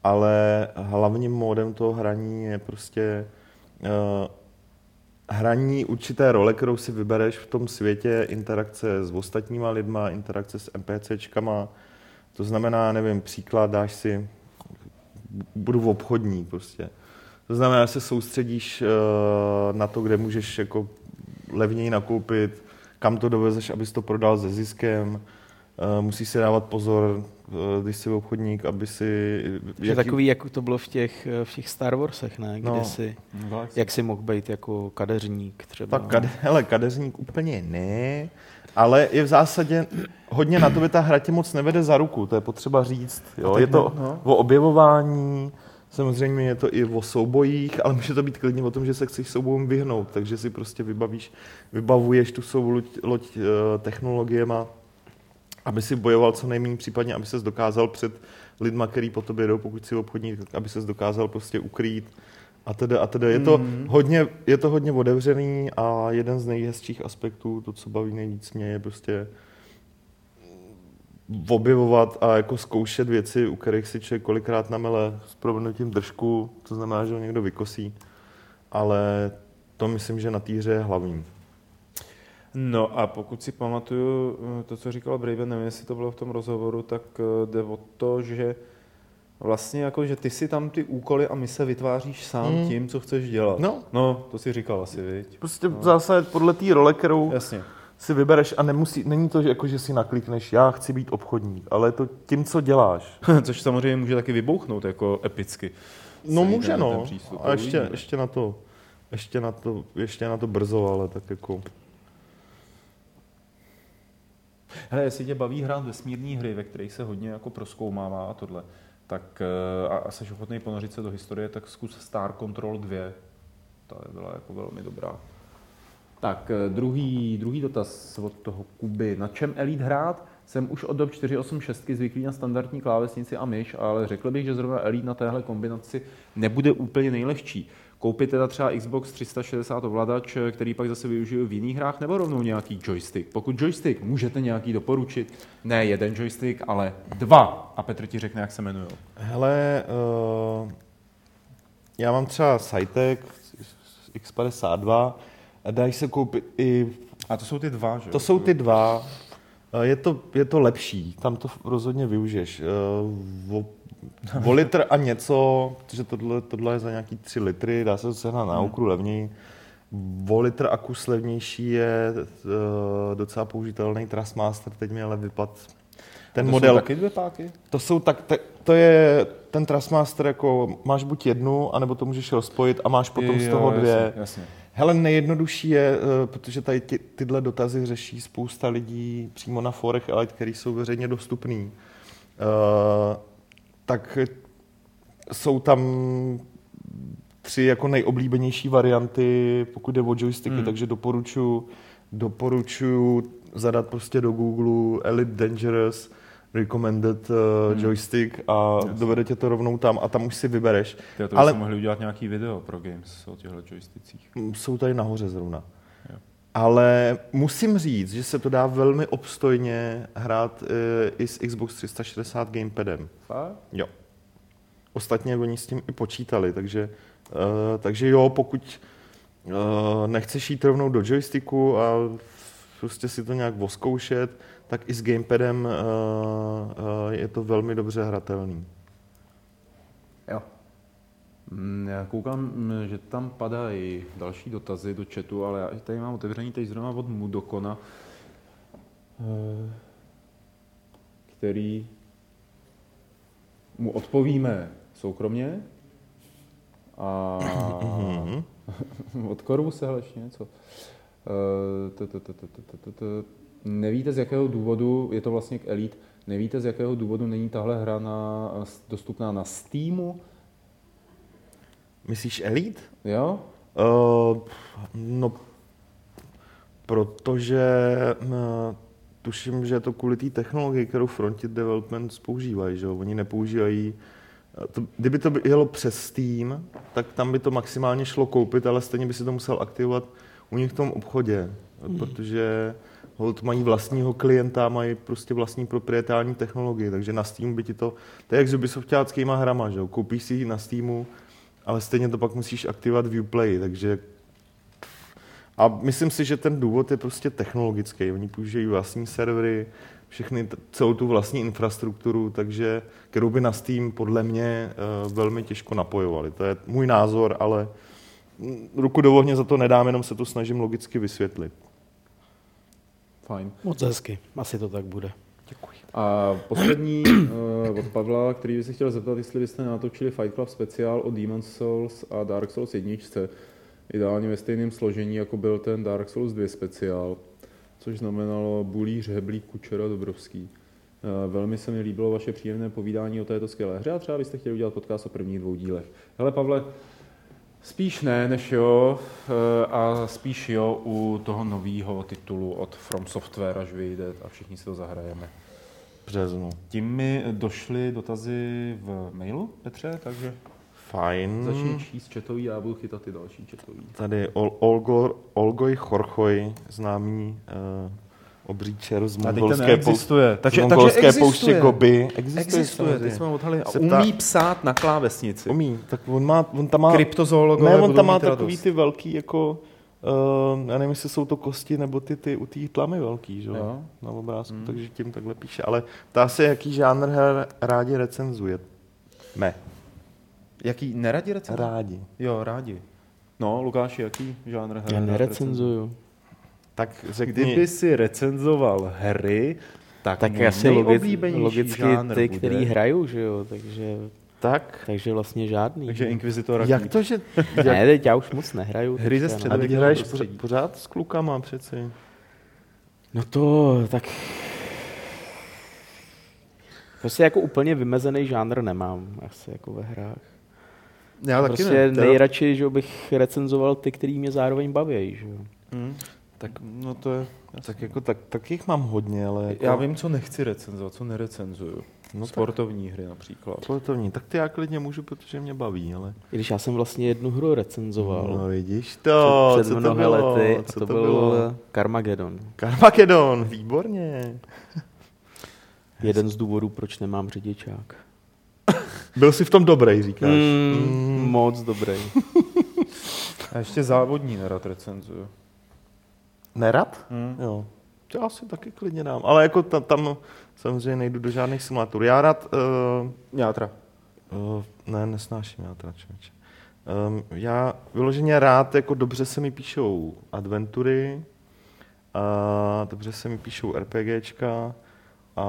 ale hlavním módem toho hraní je prostě uh, hraní určité role, kterou si vybereš v tom světě, interakce s ostatníma lidma, interakce s NPCčkama. To znamená, nevím, příklad, dáš si, budu obchodník prostě. To znamená, že se soustředíš uh, na to, kde můžeš jako levněji nakoupit, kam to dovezeš, abys to prodal se ziskem. Uh, musíš si dávat pozor, uh, když jsi obchodník, aby si... Je jaký... takový, jak to bylo v těch, v těch Star Warsech, ne? Kde no, si, jak si mohl být jako kadeřník třeba. Tak kade, hele, kadeřník úplně ne, ale je v zásadě hodně na to, by ta hra tě moc nevede za ruku, to je potřeba říct. Jo? Je to no. o objevování, samozřejmě je to i o soubojích, ale může to být klidně o tom, že se chceš soubojům vyhnout, takže si prostě vybavíš, vybavuješ tu svou loď, loď technologiema, aby si bojoval co nejméně, případně aby ses dokázal před lidma, který po tobě jdou, pokud si obchodník, aby ses dokázal prostě ukrýt a teda a teda. Je to mm. hodně, je to hodně otevřený a jeden z nejhezčích aspektů, to, co baví nejvíc mě, je prostě objevovat a jako zkoušet věci, u kterých si člověk kolikrát namele s proměnutím držku, to znamená, že ho někdo vykosí, ale to myslím, že na té hře je hlavní. No a pokud si pamatuju to, co říkal Braven, nevím, jestli to bylo v tom rozhovoru, tak jde o to, že vlastně jako, že ty si tam ty úkoly a mise vytváříš sám hmm. tím, co chceš dělat. No. No, to si říkal asi, viď? Prostě no. v zásadě podle té role, kterou Jasně. si vybereš a nemusí, není to, že, jako, že si naklikneš, já chci být obchodník, ale je to tím, co děláš. Což samozřejmě může taky vybouchnout jako epicky. No může, ten, no. Ten a ještě, ještě na to, ještě na to, ještě na to brzo, ale tak jako... Hele, jestli tě baví hrát vesmírné hry, ve kterých se hodně jako prozkoumává a tohle, tak a, a jsi ochotný ponořit se do historie, tak zkus Star Control dva. Ta byla jako velmi dobrá. Tak, druhý, druhý dotaz od toho Kuby. Na čem Elite hrát? Jsem už od dob čtyři osm šest zvyklý na standardní klávesnici a myš, ale řekl bych, že zrovna Elite na téhle kombinaci nebude úplně nejlehčí. Koupit teda třeba Xbox tři sta šedesát ovladač, který pak zase využiju v jiných hrách, nebo rovnou nějaký joystick? Pokud joystick, můžete nějaký doporučit? Ne jeden joystick, ale dva. A Petr ti řekne, jak se jmenují. Hele, uh, já mám třeba Cytek X padesát dva a dají se koupit i... A to jsou ty dva, že? To jsou ty dva. Je to, je to lepší, tam to rozhodně využiješ. Uh, O litr a něco, protože tohle, tohle je za nějaký tři litry, dá se to sehnat na Ukru levněji. O litr a kus levnější je uh, docela použitelný Trustmaster, teď mi ale vypad ten to model. To jsou taky dvě páky? To jsou tak, te, to je ten Trustmaster, jako máš buď jednu, anebo to můžeš rozpojit a máš potom z toho dvě. Jasně, jasně. Hele, nejjednodušší je, uh, protože tady ty, tyhle dotazy řeší spousta lidí přímo na forech Elite, který jsou veřejně dostupný. Uh, tak jsou tam tři jako nejoblíbenější varianty, pokud jde o joysticky, hmm. takže doporučuji doporučuji zadat prostě do Google Elite Dangerous Recommended uh, hmm. joystick a yes. dovede tě to rovnou tam a tam už si vybereš. Ty to ale bychom mohli udělat nějaký video pro games o těchto joystickích. Jsou tady nahoře zrovna. Jo. Ale musím říct, že se to dá velmi obstojně hrát uh, i s Xbox tři sta šedesát gamepadem. Fakt? Jo. Ostatně oni s tím i počítali, takže, uh, takže jo, pokud uh, nechceš jít rovnou do joysticku a prostě si to nějak oskoušet, tak i s gamepadem uh, uh, je to velmi dobře hratelný. Jo. Já koukám, že tam padají další dotazy do chatu, ale já tady mám otevřený teď zrovna od Mudokona, který mu odpovíme soukromně a od Korvu se hele ještě něco. Nevíte, z jakého důvodu, je to vlastně k Elite, nevíte, z jakého důvodu není tahle hra na, dostupná na Steamu? Myslíš Elite? Jo? Uh, no, protože uh, tuším, že je to kvůli té technologii, kterou Frontier Development používají, že oni nepoužívají. To, kdyby to jelo přes Steam, tak tam by to maximálně šlo koupit, ale stejně by si to musel aktivovat u nich v tom obchodě, hmm. protože Hold mají vlastního klienta, mají prostě vlastní proprietární technologii, takže na Steamu by ti to, to je jak s Ubisoftáckýma hrama, že jo, koupíš si ji na Steamu, ale stejně to pak musíš aktivovat v Uplay, takže a myslím si, že ten důvod je prostě technologický, oni používají vlastní servery, všechny, celou tu vlastní infrastrukturu, takže kterou by na Steam podle mě uh, velmi těžko napojovali. To je můj názor, ale ruku do ohně za to nedám, jenom se to snažím logicky vysvětlit. Fajn. Moc hezky, asi to tak bude. Děkuji. A poslední uh, od Pavla, který by se chtěl zeptat, jestli byste natočili Fight Club speciál o Demon's Souls a Dark Souls jedničce, ideálně ve stejném složení, jako byl ten Dark Souls dva speciál, což znamenalo Bulíř, Heblík, Kučera, Dobrovský. Uh, velmi se mi líbilo vaše příjemné povídání o této skvělé hře a třeba byste chtěli udělat podcast o prvních dvou dílech. Hele, Pavle, spíš ne, než jo, a spíš jo u toho nového titulu od From Software, až vyjde a všichni si to zahrajeme. Březnu. Tím mi došly dotazy v mailu, Petře, takže Fajn. začni číst četový, já budu chytat ty další četový. Tady Ol- Olgor, Olgoj Chorchoj, známý uh, obří čer z mongolské, existuje. Pou- Takže, z mongolské takže pouště Gobi. Existuje, Existuje, teď jsme odhalili. A Se umí ptá- psát na klávesnici. Umí, tak on, má, on tam má... Kryptozoologové Ne, on budou tam má mít takový radost. ty velký, jako... Uh, já nevím, jestli jsou to kosti, nebo ty, ty u té tlamy velký, že? Jo. Na obrázku, Hmm. takže tím takhle píše. Ale ptá se, jaký žánr her rádi recenzuje. Ne, Jaký neradi recenzuje? rádi. Jo, rádi. No, Lukáši, jaký žánr her? Já rád nerecenzuju. Tak řekni... Kdyby si recenzoval hry, tak, Tak můj asi logic, nejoblíbenější logicky žánr ty, bude. který hrajou, že jo, takže, Tak, takže vlastně žádný. Takže Inquisitora jak to, že... Ne, teď já už moc nehraju. Hry ze teďka, středu- A teď Člověk hraješ prostředí. pořád, pořád s klukama přeci. No to, tak... Prostě jako úplně vymezený žánr nemám, asi jako ve hrách. Já taky Prostě ne. Teda- nejradši, že bych recenzoval ty, který mě zároveň baví, že jo. Hmm. Tak, no to je... Tak jako tak, tak jich mám hodně, ale jako... Já vím, co nechci recenzovat, co nerecenzuju. No No tak. Sportovní hry například. Sportovní, tak ty já klidně můžu, protože mě baví, ale... I když já jsem vlastně jednu hru recenzoval. No vidíš to, před, co před to mnoha bylo, lety, a co to, to byl bylo? Carmageddon. Carmageddon, výborně. Jeden z důvodů, proč nemám řidičák. Byl jsi v tom dobrý, říkáš. Mm, Mm. Moc dobrý. A ještě závodní nerad recenzuju. Nerad? Hmm. Jo. To já si taky klidně dám, ale jako ta, tam samozřejmě nejdu do žádných simulátorů. Já rád... Uh, Játra. uh, ne, nesnáším játra, člověče. Um, já vyloženě rád, jako dobře se mi píšou adventury, a dobře se mi píšou RPGčka a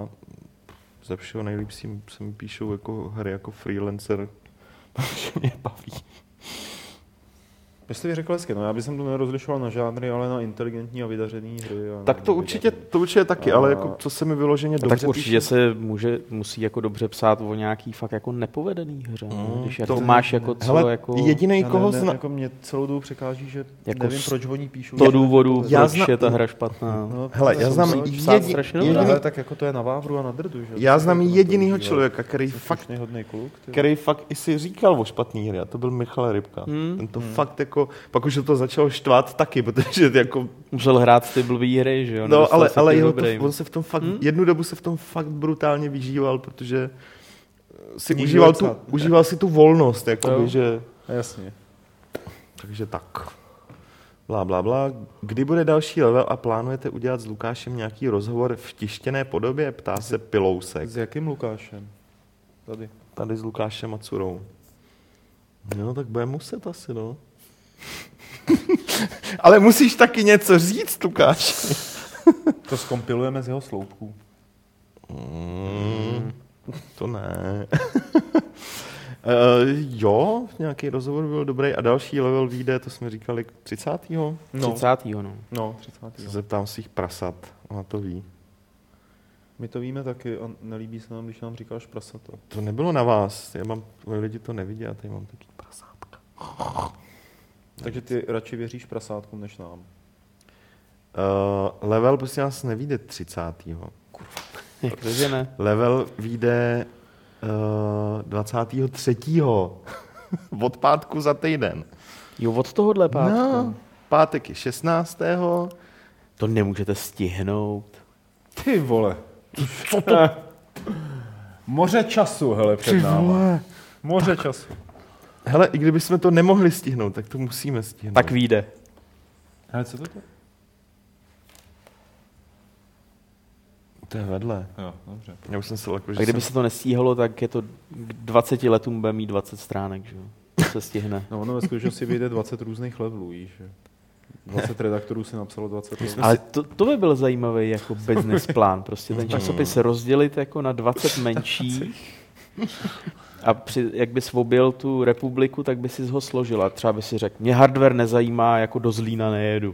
ze všeho nejlíp si- se mi píšou jako hry jako freelancer, protože mě baví. Jestli bych řekl hezky, no já bych to nerozlišoval na žánry, ale na inteligentní a vydařený hry. A Tak na to určitě, vydařený. to určitě taky, A- ale jako co se mi vyloženě dobře Tak určitě píše. se může, musí jako dobře psát o nějaký fakt jako nepovedený hře. Mm, Mm, když to- jako máš jako co Hele, jako jedinej, Já ne, koho ne, zna... jako mě celou dobu překáží, že Jako nevím, s- proč oni píšou. to že- důvodu, Já proč zna- je ta hra špatná. No, Hele, to já jsou znám proč. psát jedi, strašně jediný, dobré. Ale tak jako to je na Vávru a na Drdu, že? já To znám se jako jedinýho na to člověka, který užívá. fakt, Slušný, hodnej kluk. ty. který fakt i si říkal o špatný hry, a to byl Michal Rybka. Hmm. Ten to fakt jako, pak už to začalo štvát taky, protože jako, Musel hrát ty blbý hry, že jo? no nedostal ale, se ale k jeho to, dobrým. on se v tom fakt, Hmm? jednu dobu se v tom fakt brutálně vyžíval, protože si Nikdo užíval, tu, nepsat. užíval si tu volnost, jakoby, Jo. že, Jasně. takže tak. Blá, blá, blá. Kdy bude další level a plánujete udělat s Lukášem nějaký rozhovor v tištěné podobě? Ptá se Pilousek. S jakým Lukášem? Tady. Tady s Lukášem Macurou. No, tak bude muset asi, no. Ale musíš taky něco říct, Lukáš. To zkompilujeme z jeho sloupků. Mm, to ne. uh, jo, nějaký rozhovor byl dobrý a další level vyjde, to jsme říkali třicátého No, třicátého no. no třicátého Se zeptám svých prasat, ona to ví. My to víme taky a nelíbí se nám, když nám říkáš prasata. To nebylo na vás, já mám, moji lidi to nevidí, a tady mám taky prasátka. Takže ty radši věříš prasátkům než nám. Uh, level, prostě nás nevíde třicátého Jak to, že ne? Level vyjde uh, dvacátého třetího Od pátku za týden. Jo, od tohohle pátku. No, pátek je šestnáctého To nemůžete stihnout. Ty vole. Co to? Moře času, hele, před náma. Moře času. Hele, i kdybychom to nemohli stihnout, tak to musíme stihnout. Tak vyjde. Hele, co to je? To je vedle. Jo, dobře. Já už jsem se jako, že A kdyby jsem... se to nestíhalo, tak je to k dvaceti letům bude mít dvacet stránek, že jo? To se stihne. No ono ve skutečnosti vyjde dvacet různých levelů, víš, že? dvacet redaktorů si napsalo dvacet levelů. Ale to, to by byl zajímavý jako business plán. Prostě ten časopis rozdělit jako na dvacet menších a při, jak bys objel tu republiku, tak by si ho složila. Třeba by si řekl, mě hardware nezajímá, jako do Zlína nejedu.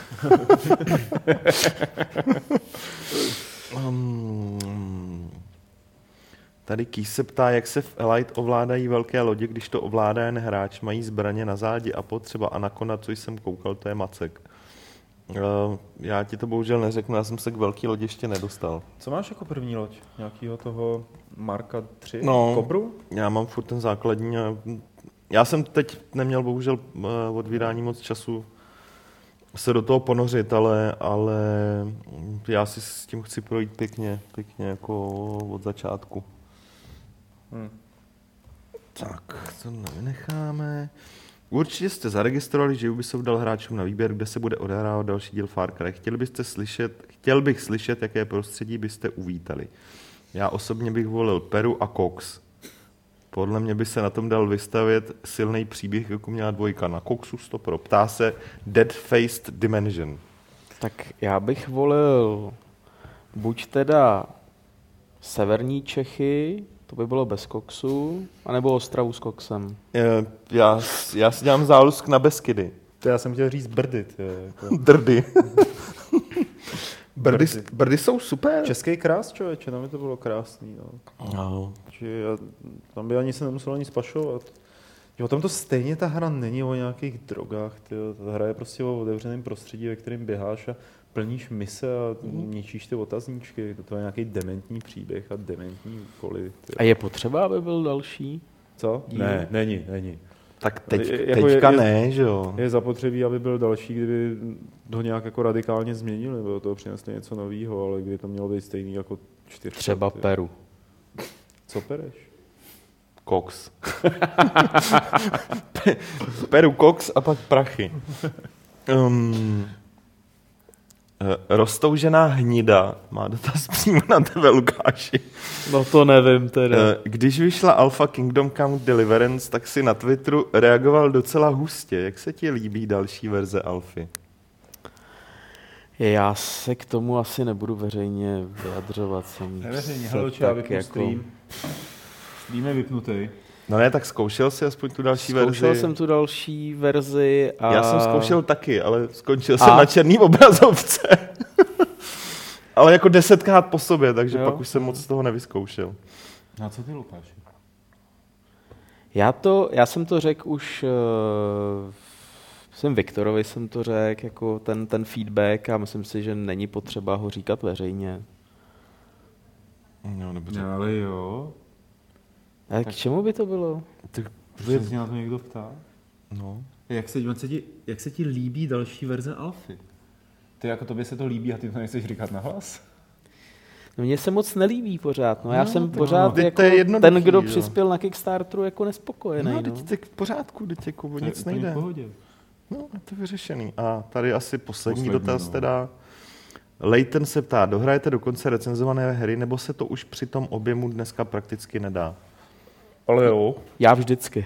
um, tady Kýs se ptá, jak se v Elite ovládají velké lodě, když to ovládá jen hráč, mají zbraně na zádi a potřeba Anakona, co jsem koukal, to je Macek. Uh, já ti to bohužel neřeknu, já jsem se k velký lodi ještě nedostal. Co máš jako první loď? Nějakýho toho Marka tři? No, Kobru? Já mám furt ten základní. A já jsem teď neměl bohužel od vydání moc času se do toho ponořit, ale, ale já si s tím chci projít pěkně, pěkně jako od začátku. Hmm. Tak, to nevynecháme. Určitě jste zaregistrovali, že Ubisoft dal hráčům na výběr, kde se bude odehrávat další díl Far Cry. Chtěli byste slyšet, chtěl bych slyšet, jaké prostředí byste uvítali. Já osobně bych volil Peru a Cox. Podle mě by se na tom dal vystavět silný příběh, jako měla dvojka. Na Coxu sto pro. Ptá se Dead Faced Dimension. Tak já bych volil buď teda severní Čechy, to by bylo bez koksu, anebo Ostravu s koksem. Já, já si dělám zálusk na Beskydy. To já jsem chtěl říct Brdy. Jako... Drdy. Brdy, brdy jsou super. Český krás, člověče, tam by to bylo krásný. No. No. Či, tam by ani se nemuselo nic pašovat. Jo, tam to stejně ta hra není o nějakých drogách. Tyjo. Ta hra je prostě o otevřeném prostředí, ve kterém běháš a plníš mise a mm. ničíš ty otazníčky. To je nějaký dementní příběh a dementní úkoly. Tyjo. A je potřeba, aby byl další? Co? Díl? Ne, není, není. Tak teď, je, jako teďka je, ne, že jo? Je zapotřebí, aby byl další, kdyby ho nějak jako radikálně změnili, nebo do toho přinesli něco nového, ale kdyby to mělo být stejný jako čtyři. Třeba ty. Peru. Co pereš? Cox. Peru, Cox a pak prachy. Um, roztoužená hnida má dotaz přímo na tebe, Lukáši. No to nevím teda. Když vyšla Alpha Kingdom Come Deliverance, tak si na Twitteru reagoval docela hustě. Jak se ti líbí další verze Alfy? Já se k tomu asi nebudu veřejně vyjadřovat. Jsem Neveřejně, haloče, já vypnu jako... stream. Stream je vypnutý. No ne, tak zkoušel jsi aspoň tu další zkoušel verzi? Zkoušel jsem tu další verzi a... Já jsem zkoušel taky, ale skončil a? jsem na černý obrazovce. Ale jako desetkrát po sobě, takže jo. Pak už jsem moc z toho nevyzkoušel. A co ty, Lukáši? Já, to, já jsem to řekl už... Uh, jsem Viktorovi jsem to řekl, jako ten, ten feedback a myslím si, že není potřeba ho říkat veřejně. No, dobře. No, ale jo... A k čemu by to bylo? Tak protože se na to někdo ptá. No. Jak se, jak, se ti, jak se ti líbí další verze Alfy? Ty jako tobě se to líbí a ty to nechceš říkat nahlas? No mně se moc nelíbí pořád. No, já no, jsem pořád no, jako ten, kdo jo. přispěl na Kickstarteru jako nespokojený. No, no. teď v pořádku, teď jako o nic to je nejde. V pohodě. No, je to vyřešený. A tady asi poslední, poslední dotaz no. teda. Leighton se ptá, dohrajete dokonce recenzované hry, nebo se to už při tom objemu dneska prakticky nedá? Ale jo. Já vždycky.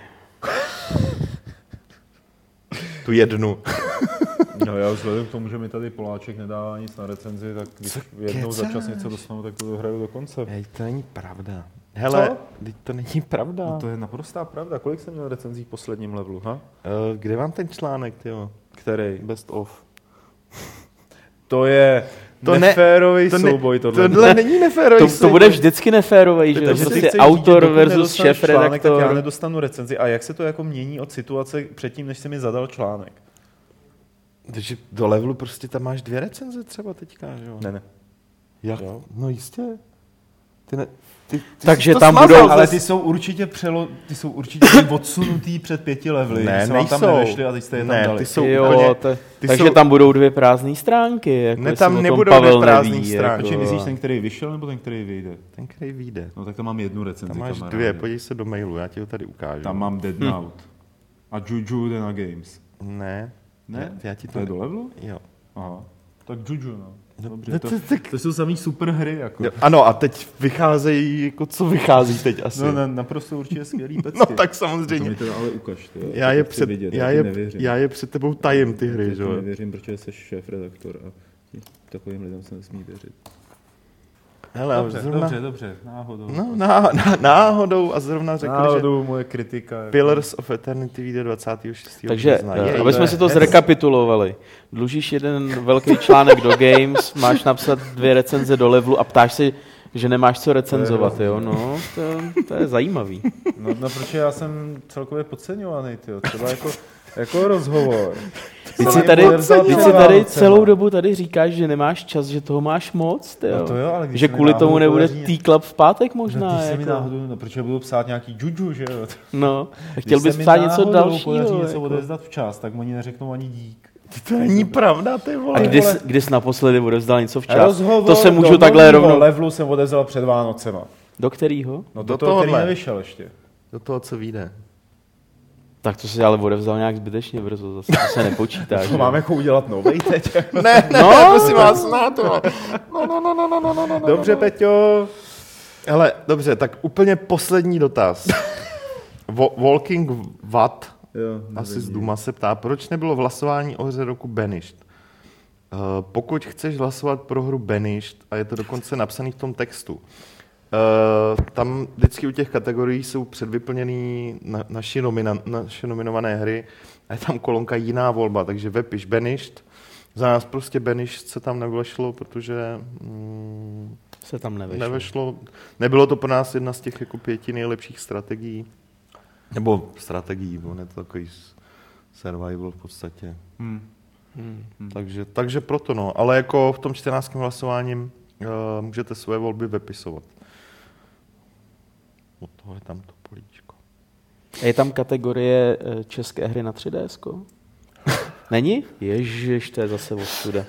Tu jednu. No já vzhledem k tomu, že mi tady Poláček nedává nic na recenzi, tak když jednou za čas něco dostanu, tak to dohraju do konce. Ej, to není pravda. Hele, teď to není pravda. No to je naprostá pravda. Kolik jsem měl recenzí v posledním levelu, ha? Uh, kde mám ten článek, tyjo? Který? Best of. To je to neférový to souboj. Ne, tohle. tohle není neférový to, to bude vždycky neférový, že? Takže prostě autor versus šéf-redaktor. Tak já nedostanu recenzi. A jak se to jako mění od situace předtím, než jsi mi zadal článek? Takže do levelu prostě tam máš dvě recenze třeba teďka, že jo? Ne, ne. Jak? Jo? No jistě. Ty ne, ty, ty Takže tam budou... Ale ty jsou určitě přelo, ty jsou určitě odsunutý před pěti levely. Ne, se vám tam nejsou. nevešli a teď jste je tam Ne, dali. ty jsou jo, úplně, to, ty takže jsou, tam budou dvě prázdné stránky. Jako Ne, jestli tam o tom nebudou Pavel dvě prázdný neví, stránky. Počkej, jako- myslíš ten, který vyšel, nebo ten, který vyjde? ten, který vyjde. No tak tam mám jednu recenzi, Tam máš kamaráde. dvě, podívej se do mailu, já ti ho tady ukážu. Tam mám Dead Hm. Note. A Juju Dena Games. Ne. Ne? Já, já ti To to... je do levelu? Jo. Aha. Tak Juju, no. Dobře, No, to, to- tak- to jsou samý super hry, jako. Jo, ano, a teď vycházejí, jako co vychází teď asi? No, na, naprosto určitě skvělý pecky. No tak To samozřejmě. mi teda ale ukaž, ty, jo. Já To je, chci před, vidět, já, ti je, nevěřím. já je před tebou tajím ty hry, Já že ti jo? nevěřím, protože jsi šéf-redaktor a ti takovým lidem se nesmí věřit. Hele, Dobře, zrovna, dobře, dobře, náhodou. No, ná, ná, náhodou a zrovna řekli, náhodou moje kritika. že Jako. Pillars of Eternity vyjde dvacátého šestého Takže, března. eh, Jej, aby jsme je si to hezky. zrekapitulovali. Dlužíš jeden velký článek do Games, máš napsat dvě recenze do levelu a ptáš si, že nemáš co recenzovat, jo? No, to, to je zajímavý. No, no, protože já jsem celkově podceňovaný, tyjo. Třeba jako, jako rozhovor. Teď si Jsem tady, jim odevzdal teď před si tady Vánocema. celou dobu tady říkáš, že nemáš čas, že toho máš moc, tyjo. No to jo, ale když Že se mi kvůli náhodou tomu nebude podaří- T-Club v pátek No, možná. ty se mi jako. náhodou, no, protože budu psát nějaký juju, že jo. No, a Když chtěl se bys mi psát něco náhodou dalšího. podaří něco Jako. odevzdat včas, tak oni neřeknou ani dík. To není pravda, ty vole. A kdy jsi, kdy jsi naposledy odevzdal něco včas? Rozhovor To se můžu do takhle nového rovnou... levelu jsem odevzal před Vánocema. Do kterýho? No do, Do toho, který tohohle. nevyšel ještě. Do toho, co vyjde. Tak to si ale odevzal nějak zbytečně brzo, zase to se nepočítá. To že? máme jako udělat novej teď. Ne, ne, No, prosím vás, na to. No, no, no, no, no, no, no, no. Dobře, Peťo. Hele, dobře, tak úplně poslední dotaz. Wo- Walking Watt, Jo, asi z Duma, se ptá, proč nebylo v hlasování o hře roku Banished? Uh, pokud chceš hlasovat pro hru Banished, a je to dokonce napsaný v tom textu, uh, tam vždycky u těch kategorií jsou předvyplněný na, naši, nomina, naše nominované hry a je tam kolonka jiná volba, takže vepiš Banished. Za nás prostě Banished se tam nevešlo, protože mm, Se tam nevešlo. nevešlo. Nebylo to pro nás jedna z těch jako pěti nejlepších strategií. Nebo strategií, on je to takový survival v podstatě. Hmm. Hmm. Takže, takže proto no, ale jako v tom čtrnáctém hlasováním uh, můžete své volby vypisovat. Od toho je tam to políčko. A je tam kategorie eh, české hry na tři D S ko? Není? Ježiš, to je zase ostuda.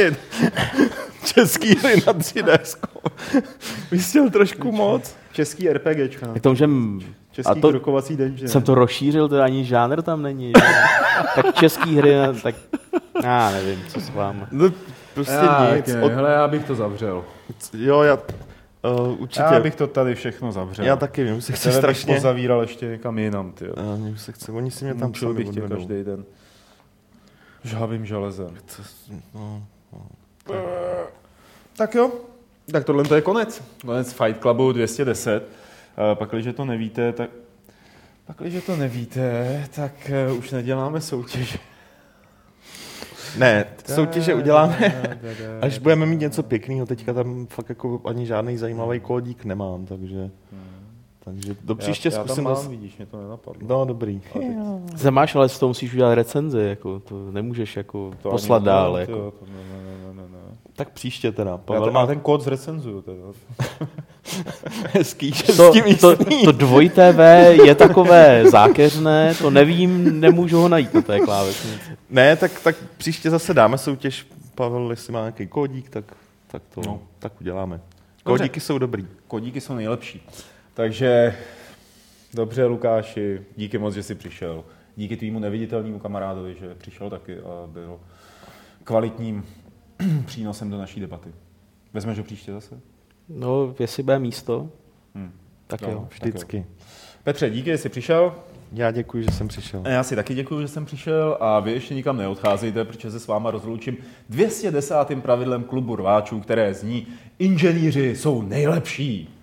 Český hry na tři D S ko. Vystěl trošku moc. Český RPGčka. Tak to můžem... Český A to, krokovací dungeon. jsem to rozšířil, to ani žánr tam není. Že? Tak český hry, tak... Já nevím, co s vámi. No, prostě já, nic. ne, Od, hele, já bych to zavřel. jo, já uh, určitě. Já bych to tady všechno zavřel. Já taky vím, se chce Tebe bych strašně. pozavíral ještě někam jinam, tyjo. Uh, mě se chce, oni si mě tam Mučil sami bych tě odvedou. každý den. Žhavým železem. Co- no, no. Tak jo, tak tohle to je konec. Konec Fight Clubu dvě stě deset. Pak, když to nevíte, tak pak, když to nevíte, tak uh, už neděláme soutěž. Ne, soutěže uděláme, až budeme mít něco pěkného. Teďka tam fakt jako ani žádný zajímavý kódík nemám, takže, takže do příště já, já zkusím... tam mám, dos- vidíš, mě to nenapadlo. No, dobrý. Zamáš, ale s toho musíš udělat recenzi, jako, to nemůžeš jako To poslat ani dál. nemám, Jako. tyjo, to ne, ne, ne, ne, ne. Tak příště teda. Já, Pavel ten, má já ten kód zrecenzuju. Teda. hezký, že To, s tím to, jistý. to dvojité V je takové zákeřné, to nevím, nemůžu ho najít na té klávesnici. Ne, tak, tak příště zase dáme soutěž. Pavel, jestli má nějaký kódík, tak, tak to No. tak uděláme. Dobře. Kódíky jsou dobrý. Kodíky jsou nejlepší. Takže dobře, Lukáši, díky moc, že jsi přišel. Díky tvýmu neviditelnému kamarádovi, že přišel taky a byl kvalitním přínosem do naší debaty. Vezmeš ho příště zase? No, jestli bude místo, Hm. tak No. jo. Vždycky. Petře, díky, že jsi přišel. Já děkuji, že jsem přišel. A já si taky děkuji, že jsem přišel a vy ještě nikam neodcházejte, protože se s váma rozloučím dvě stě desátým pravidlem klubu rváčů, které zní: inženýři jsou nejlepší.